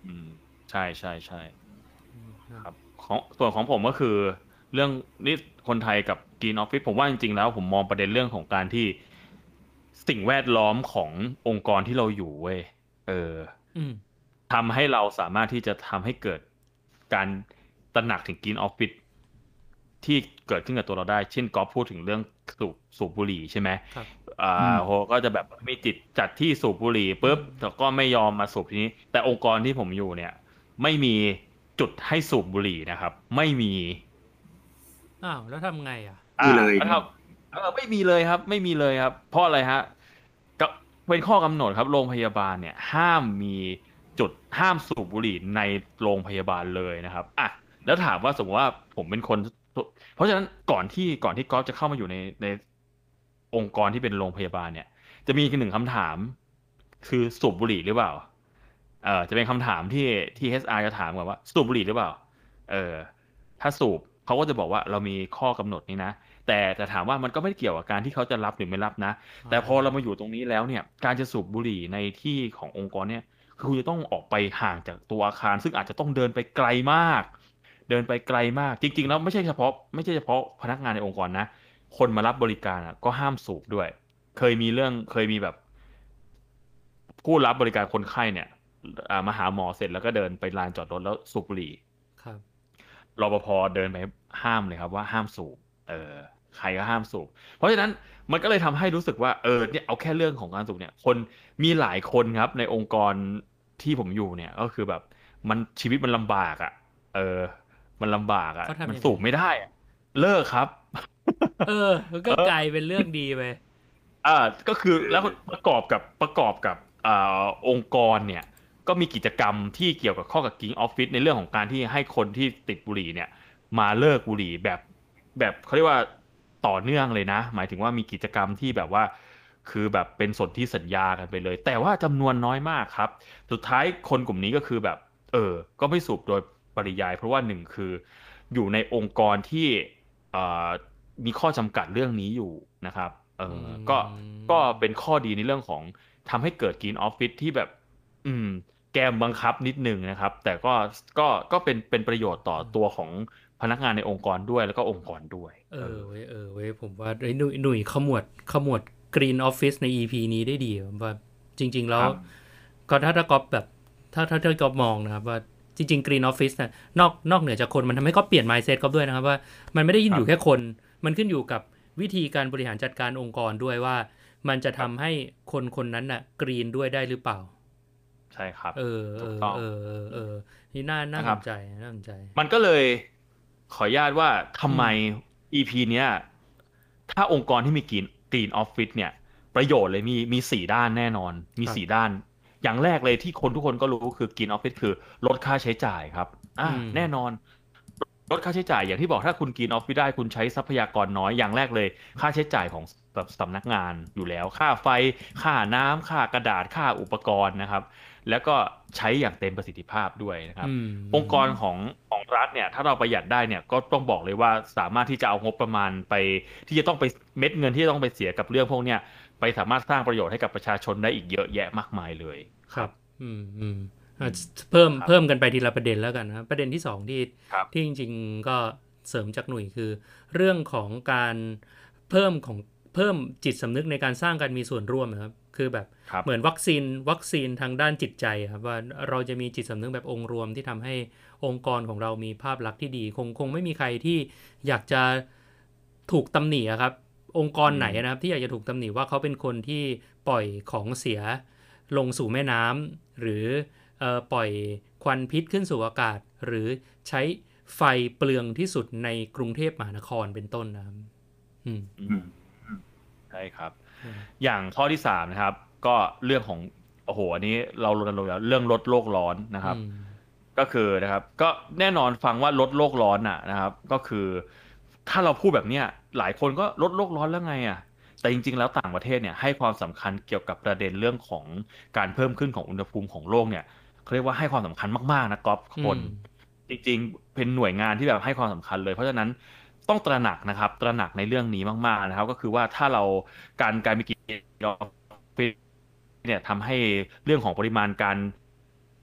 อืมใช่ใช่ใช่ครับของส่วนของผมก็คือเรื่องนี่คนไทยกับ Green Office ผมว่าจริงๆแล้วผมมองประเด็นเรื่องของการที่สิ่งแวดล้อมขององค์กรที่เราอยู่เว้ยเออทำให้เราสามารถที่จะทำให้เกิดการตระหนักถึง Green Office ที่เกิดขึ้นกับตัวเราได้เช่นก๊อฟพูดถึงเรื่องสูบสูบบุหรี่ใช่ไหมอ่าโหก็จะแบบมีจิตจัดที่สูบบุหรี่ปุ๊บแต่ก็ไม่ยอมมาสูบทีนี้แต่องค์กรที่ผมอยู่เนี่ยไม่มีจุดให้สูบบุหรี่นะครับไม่มีอ้าวแล้วทำไงอ่ะมีเลยครับเออไม่มีเลยครับไม่มีเลยครับเพราะอะไรฮะก็เป็นข้อกำหนดครับโรงพยาบาลเนี่ยห้ามมีจุดห้ามสูบบุหรี่ในโรงพยาบาลเลยนะครับอ่ะแล้วถามว่าสมมติว่าผมเป็นคนเพราะฉะนั้นก่อนที่ก่อนที่ก๊อฟจะเข้ามาอยู่ในในองค์กรที่เป็นโรงพยาบาลเนี่ยจะมีหนึ่งคำถามคือสูบบุหรี่หรือเปล่าเออจะเป็นคำถามที่ที่ เอช อาร์ จะถามก่อนว่าสูบบุหรี่หรือเปล่าเออถ้าสูบเขาก็จะบอกว่าเรามีข้อกำหนดนี้นะแต่แต่ถามว่ามันก็ไม่เกี่ยวกับการที่เขาจะรับหรือไม่รับนะแต่พอเรามาอยู่ตรงนี้แล้วเนี่ยการจะสูบบุหรี่ในที่ขององค์กรเนี่ยคือคุณจะต้องออกไปห่างจากตัวอาคารซึ่งอาจจะต้องเดินไปไกลมากเดินไปไกลมากจริงๆแล้วไม่ใช่เฉพาะไม่ใช่เฉพาะพนักงานในองค์กรนะคนมารับบริการก็ห้ามสูบด้วยเคยมีเรื่องเคยมีแบบผู้รับบริการคนไข้เนี่ยมาหาหมอเสร็จแล้วก็เดินไปลานจอดรถแล้วสูบบุหรี่ครับรปภเดินไปห้ามเลยครับว่าห้ามสูบเออใครก็ห้ามสูบเพราะฉะนั้นมันก็เลยทำให้รู้สึกว่าเออเนี่ยเอาแค่เรื่องของการสูบเนี่ยคนมีหลายคนครับในองค์กรที่ผมอยู่เนี่ยก็คือแบบมันชีวิตมันลำบากอ่ะเออมันลำบากอ่ะมันสูบไม่ได้เลิกครับเออมันก็กลายเป็นเรื่องดีไปอ่าก็คือแล้วประกอบกับประกอบกับอ่าองค์กรเนี่ยก็มีกิจกรรมที่เกี่ยวกับข้อกับ Green Office ในเรื่องของการที่ให้คนที่ติดบุหรี่เนี่ยมาเลิกบุหรี่แบบแบบเขาเรียกว่าต่อเนื่องเลยนะหมายถึงว่ามีกิจกรรมที่แบบว่าคือแบบเป็นสนธิสัญญากันไปเลยแต่ว่าจำนวนน้อยมากครับสุดท้ายคนกลุ่มนี้ก็คือแบบเออก็ไม่สูบโดยปริยายเพราะว่าหนึ่งคืออยู่ในองค์กรที่มีข้อจำกัดเรื่องนี้อยู่นะครับเออก็ก็เป็นข้อดีในเรื่องของทำให้เกิด Green Office ที่แบบอืมแกมบังคับนิดนึงนะครับแต่ก็ก็ก็เป็นเป็นประโยชน์ต่อตัวของพนักงานในองค์กรด้วยแล้วก็องค์กรด้วยเออเว้ยเออเว้ยผมว่าไอ้หนุ่ยหนุ่ยขมวดขมวด Green Office ใน อี พี นี้ได้ดีผมว่าจริงๆแล้วก็ถ้าถ้าก๊อปแบบถ้าถ้าถ้าก๊อปมองนะครับว่าจริงๆ Green Office น่ะนอกนอกเหนือจากคนมันทำให้ก๊อปเปลี่ยน mindset ก๊อปด้วยนะครับว่ามันไม่ได้ยินอยู่แค่คนมันขึ้นอยู่กับวิธีการบริหารจัดการองค์กรด้วยว่ามันจะทำให้คนคนนั้นน่ะกรีนด้วยได้หรือเปล่าใช่ครับเออเออเออเออเออนี่น่าน่าสนใจน่าสนใจมันก็เลยขออนุญาตว่าทำไม อี พี เนี้ยถ้าองค์กรที่มี Green Green Office เนี่ยประโยชน์เลยมีมีสี่ด้านแน่นอนมีสี่ด้านอย่างแรกเลยที่คนทุกคนก็รู้คือ Green Office คือลดค่าใช้จ่ายครับอ่าแน่นอนลดค่าใช้จ่ายอย่างที่บอกถ้าคุณ Green Office ได้คุณใช้ทรัพยากรน้อยอย่างแรกเลยค่าใช้จ่ายของแบบสำนักงานอยู่แล้วค่าไฟค่าน้ำค่ากระดาษค่าอุปกรณ์นะครับแล้วก็ใช้อย่างเต็มประสิทธิภาพด้วยนะครับองค์กรของของรัฐเนี่ยถ้าเราประหยัดได้เนี่ยก็ต้องบอกเลยว่าสามารถที่จะเอางบประมาณไปที่จะต้องไปเม็ดเงินที่จะต้องไปเสียกับเรื่องพวกเนี้ยไปสามารถสร้างประโยชน์ให้กับประชาชนได้อีกเยอะแยะมากมายเลยครับอืมอืมเพิ่มเพิ่มกันไปทีละประเด็นแล้วกันนะประเด็นที่สองที่ที่จริงๆก็เสริมจากหน่วยคือเรื่องของการเพิ่มของเพิ่มจิตสำนึกในการสร้างการมีส่วนร่วมนะครับคือแบบเหมือนวัคซีนวัคซีนทางด้านจิตใจครับว่าเราจะมีจิตสำนึกแบบองค์รวมที่ทำให้องค์กรของเรามีภาพลักษณ์ที่ดีคงคงไม่มีใครที่อยากจะถูกตำหนิครับองค์กรไหนนะครับที่อยากจะถูกตำหนิว่าเขาเป็นคนที่ปล่อยของเสียลงสู่แม่น้ำหรือเอ่อปล่อยควันพิษขึ้นสู่อากาศหรือใช้ไฟเปลืองที่สุดในกรุงเทพมหานครเป็นต้นนะครับอืมใช่ครับอย่างข้อที่สามนะครับก็เรื่องของโอ้โหอันนี้เราลดลงแล้วเรื่องลดโลกร้อนนะครับก็คือนะครับก็แน่นอนฟังว่าลดโลกร้อนน่ะนะครับก็คือถ้าเราพูดแบบเนี้ยหลายคนก็ลดโลกร้อนแล้วไงอ่ะแต่จริงๆแล้วต่างประเทศเนี่ยให้ความสำคัญเกี่ยวกับประเด็นเรื่องของการเพิ่มขึ้นของอุณหภูมิของโลกเนี่ยเขาเรียกว่าให้ความสำคัญมากๆนะก๊อฟคนจริงๆเป็นหน่วยงานที่แบบให้ความสำคัญเลยเพราะฉะนั้นต้องตระหนักนะครับตระหนักในเรื่องนี้มากๆนะครับก็คือว่าถ้าเราการการมีกิจกรรมเนี่ยทำให้เรื่องของปริมาณการ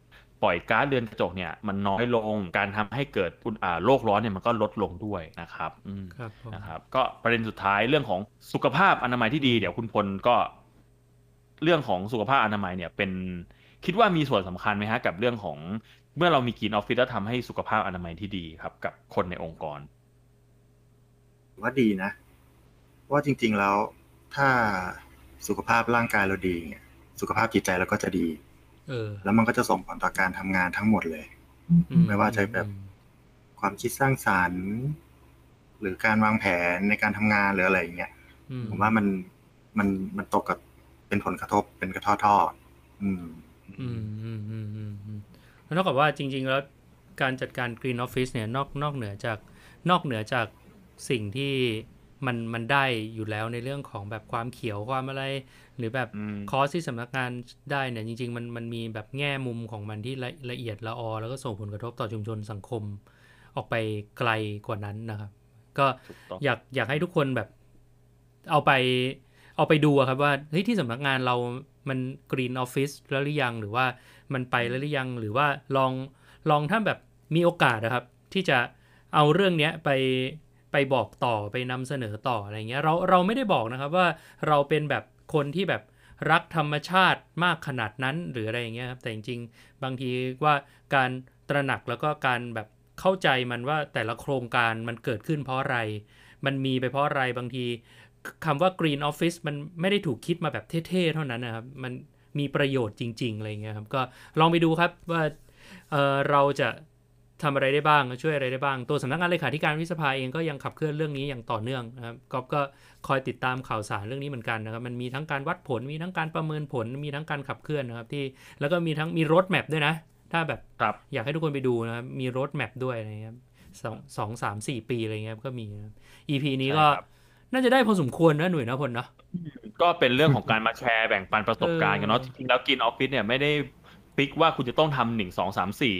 ปล่อยก๊าซเรือนกระจกเนี่ยมันน้อยลงการทำให้เกิดโลกร้อนเนี่ยมันก็ลดลงด้วยนะครับนะครับก็ประเด็นสุดท้ายเรื่องของสุขภาพอนามัยที่ดีเดี๋ยวคุณพลก็เรื่องของสุขภาพอนามัยเนี่ยเป็นคิดว่ามีส่วนสำคัญไหมฮะกับเรื่องของเมื่อเรามีกรีนออฟฟิศแล้วทำให้สุขภาพอนามัยที่ดีครับกับคนในองค์กรว่าดีนะว่าจริงๆแล้วถ้าสุขภาพร่างกายเราดีเนี่ยสุขภาพจิตใจเราก็จะดีเออแล้วมันก็จะส่งผลต่อการทำงานทั้งหมดเลยไม่ว่าจะแบบความคิดสร้างสรรค์หรือการวางแผนในการทำงานหรืออะไรอย่างเงี้ยผมว่ามันมันมันตกกับเป็นผลกระทบเป็นกระทอดๆอืมอืมอืมอืมอืมแล้วนอกจากว่าจริงๆแล้วการจัดการ Green Office เนี่ยนอกนอกเหนือจากนอกเหนือจากสิ่งที่มันมันได้อยู่แล้วในเรื่องของแบบความเขียวความอะไรหรือแบบคอสที่สำนักงานได้เนี่ยจริงๆมันมันมีแบบแง่มุมของมันที่ละละเอียดละออแล้วก็ส่งผลกระทบต่อชุมชนสังคมออกไปไกลกว่านั้นนะครับก็อยากอยากให้ทุกคนแบบเอาไปเอาไปดูครับว่าเฮ้ยที่สำนักงานเรามัน Green Office แล้วหรือยังหรือว่ามันไปแล้วหรือยังหรือว่าลองลองถ้าแบบมีโอกาสนะครับที่จะเอาเรื่องนี้ไปไปบอกต่อไปนำเสนอต่ออะไรเงี้ยเราเราไม่ได้บอกนะครับว่าเราเป็นแบบคนที่แบบรักธรรมชาติมากขนาดนั้นหรืออะไรอย่างเงี้ยครับแต่จริงๆบางทีว่าการตระหนักแล้วก็การแบบเข้าใจมันว่าแต่ละโครงการมันเกิดขึ้นเพราะอะไรมันมีไปเพราะอะไรบางทีคำว่า Green Office มันไม่ได้ถูกคิดมาแบบเท่ๆเท่านั้นนะครับมันมีประโยชน์จริงๆอะไรเงี้ยครับก็ลองไปดูครับว่าเออเราจะทำอะไรได้บ้างช่วยอะไรได้บ้างตัวสำนักงานเลขาธิการวุฒิสภาเองก็ยังขับเคลื่อนเรื่องนี้อย่างต่อเนื่องนะครับก๊อฟก็คอยติดตามข่าวสารเรื่องนี้เหมือนกันนะครับมันมีทั้งการวัดผลมีทั้งการประเมินผลมีทั้งการขับเคลื่อนนะครับที่แล้วก็มีทั้งมีโรดแมปด้วยนะถ้าแบบอยากให้ทุกคนไปดูนะครับมีโรดแมปด้วยนะครับสองสองสามสี่ปีอะไรเงี้ยก็มี อี พี นี้ก็น่าจะได้พอสมควรนะหน่วยนะพลเนาะก็เป็นเรื่องของการมาแชร์แบ่งปันประสบการณ์กันเนาะจริงๆแล้วกินออฟฟิศเนี่ยไม่ได้ฟิกว่าคุณจะต้องทำหนึ่งสองสามสี่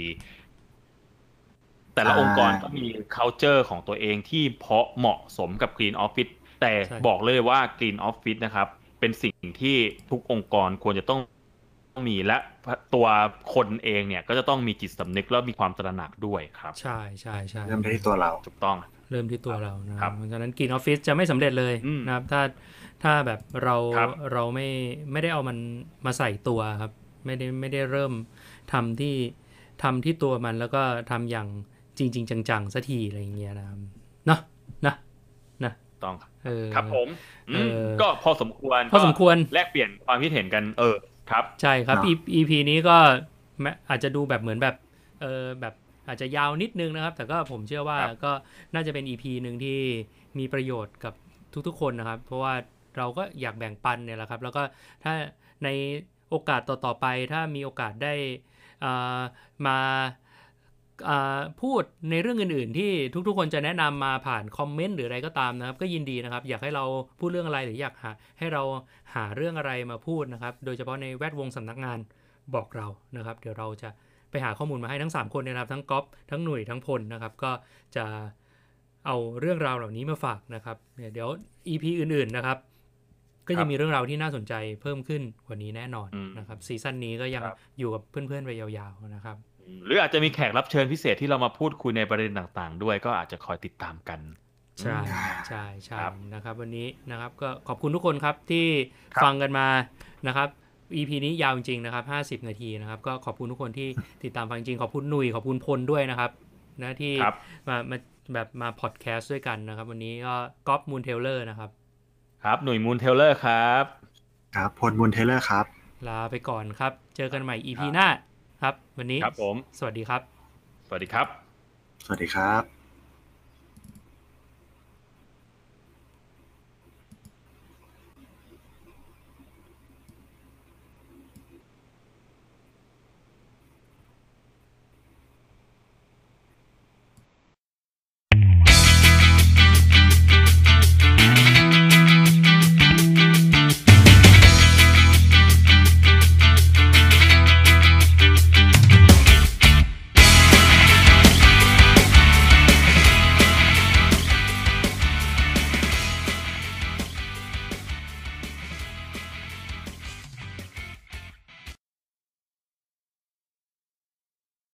แต่ละองค์กรก็มี culture ของตัวเองที่เพาะเหมาะสมกับ Green Office แต่บอกเลยว่า Green Office นะครับเป็นสิ่งที่ทุกองค์กรควรจะต้องมีและตัวคนเองเนี่ยก็จะต้องมีจิตสำนึกและมีความตระหนักด้วยครับใช่ใช่ใช่เริ่มที่ตัวเราถูกต้องเริ่มที่ตัวเรานะครับเพราะฉะนั้น Green Office จะไม่สำเร็จเลยนะครับถ้าถ้าแบบเราเราไม่ไม่ได้เอามันมาใส่ตัวครับไม่ได้ไม่ได้เริ่มทำที่ทำที่ตัวมันแล้วก็ทำอย่างจริงๆจังๆสักทีอะไรอย่างเงี้ยนะครับเนาะนะนะต้องครับผมก็พอสมควรพอสมควรแลกเปลี่ยนความคิดเห็นกันเออครับใช่ครับ อี พี นี้ก็อาจจะดูแบบเหมือนแบบเออแบบอาจจะยาวนิดนึงนะครับแต่ก็ผมเชื่อว่าก็น่าจะเป็น อี พี นึงที่มีประโยชน์กับทุกๆคนนะครับเพราะว่าเราก็อยากแบ่งปันเนี่ยแหละครับแล้วก็ถ้าในโอกาสต่อๆไปถ้ามีโอกาสได้มาพูดในเรื่องอื่นๆที่ทุกๆคนจะแนะนำมาผ่านคอมเมนต์หรืออะไรก็ตามนะครับก็ยินดีนะครับอยากให้เราพูดเรื่องอะไรหรืออยากหาให้เราหาเรื่องอะไรมาพูดนะครับโดยเฉพาะในแวดวงสำนักงานบอกเรานะครับเดี๋ยวเราจะไปหาข้อมูลมาให้ทั้งสามคนนะครับทั้งก๊อฟทั้งหนุ่ยทั้งพลนะครับก็จะเอาเรื่องราวเหล่านี้มาฝากนะครับเดี๋ยว อี พี อื่นๆนะครับก็จะมีเรื่องราวที่น่าสนใจเพิ่มขึ้นกว่านี้แน่นอนนะครับซีซั่นนี้ก็ยังอยู่กับเพื่อนๆไปยาวๆนะครับหรืออาจจะมีแขกรับเชิญพิเศษที่เรามาพูดคุยในประเด็นต่างๆด้วยก็อาจจะคอยติดตามกันใช่ใช่ใช่นะครับวันนี้นะครับก็ขอบคุณทุกคนครับที่ฟังกันมานะครับ อี พี นี้ยาวจริงๆนะครับห้าสิบนาทีนะครับก็ขอบคุณทุกคนที่ติดตามฟังจริงขอบคุณหนุ่ยขอบคุณพลด้วยนะครับนะที่มามาแบบมาพอดแคสต์ด้วยกันนะครับวันนี้ก็ก๊อฟมูนเทเลอร์นะครับครับหนุ่ยมูนเทเลอร์ครับครับพลมูนเทเลอร์ครับลาไปก่อนครับเจอกันใหม่ อี พี หน้าครับวันนี้ครับผมสวัสดีครับสวัสดีครับสวัสดีครับ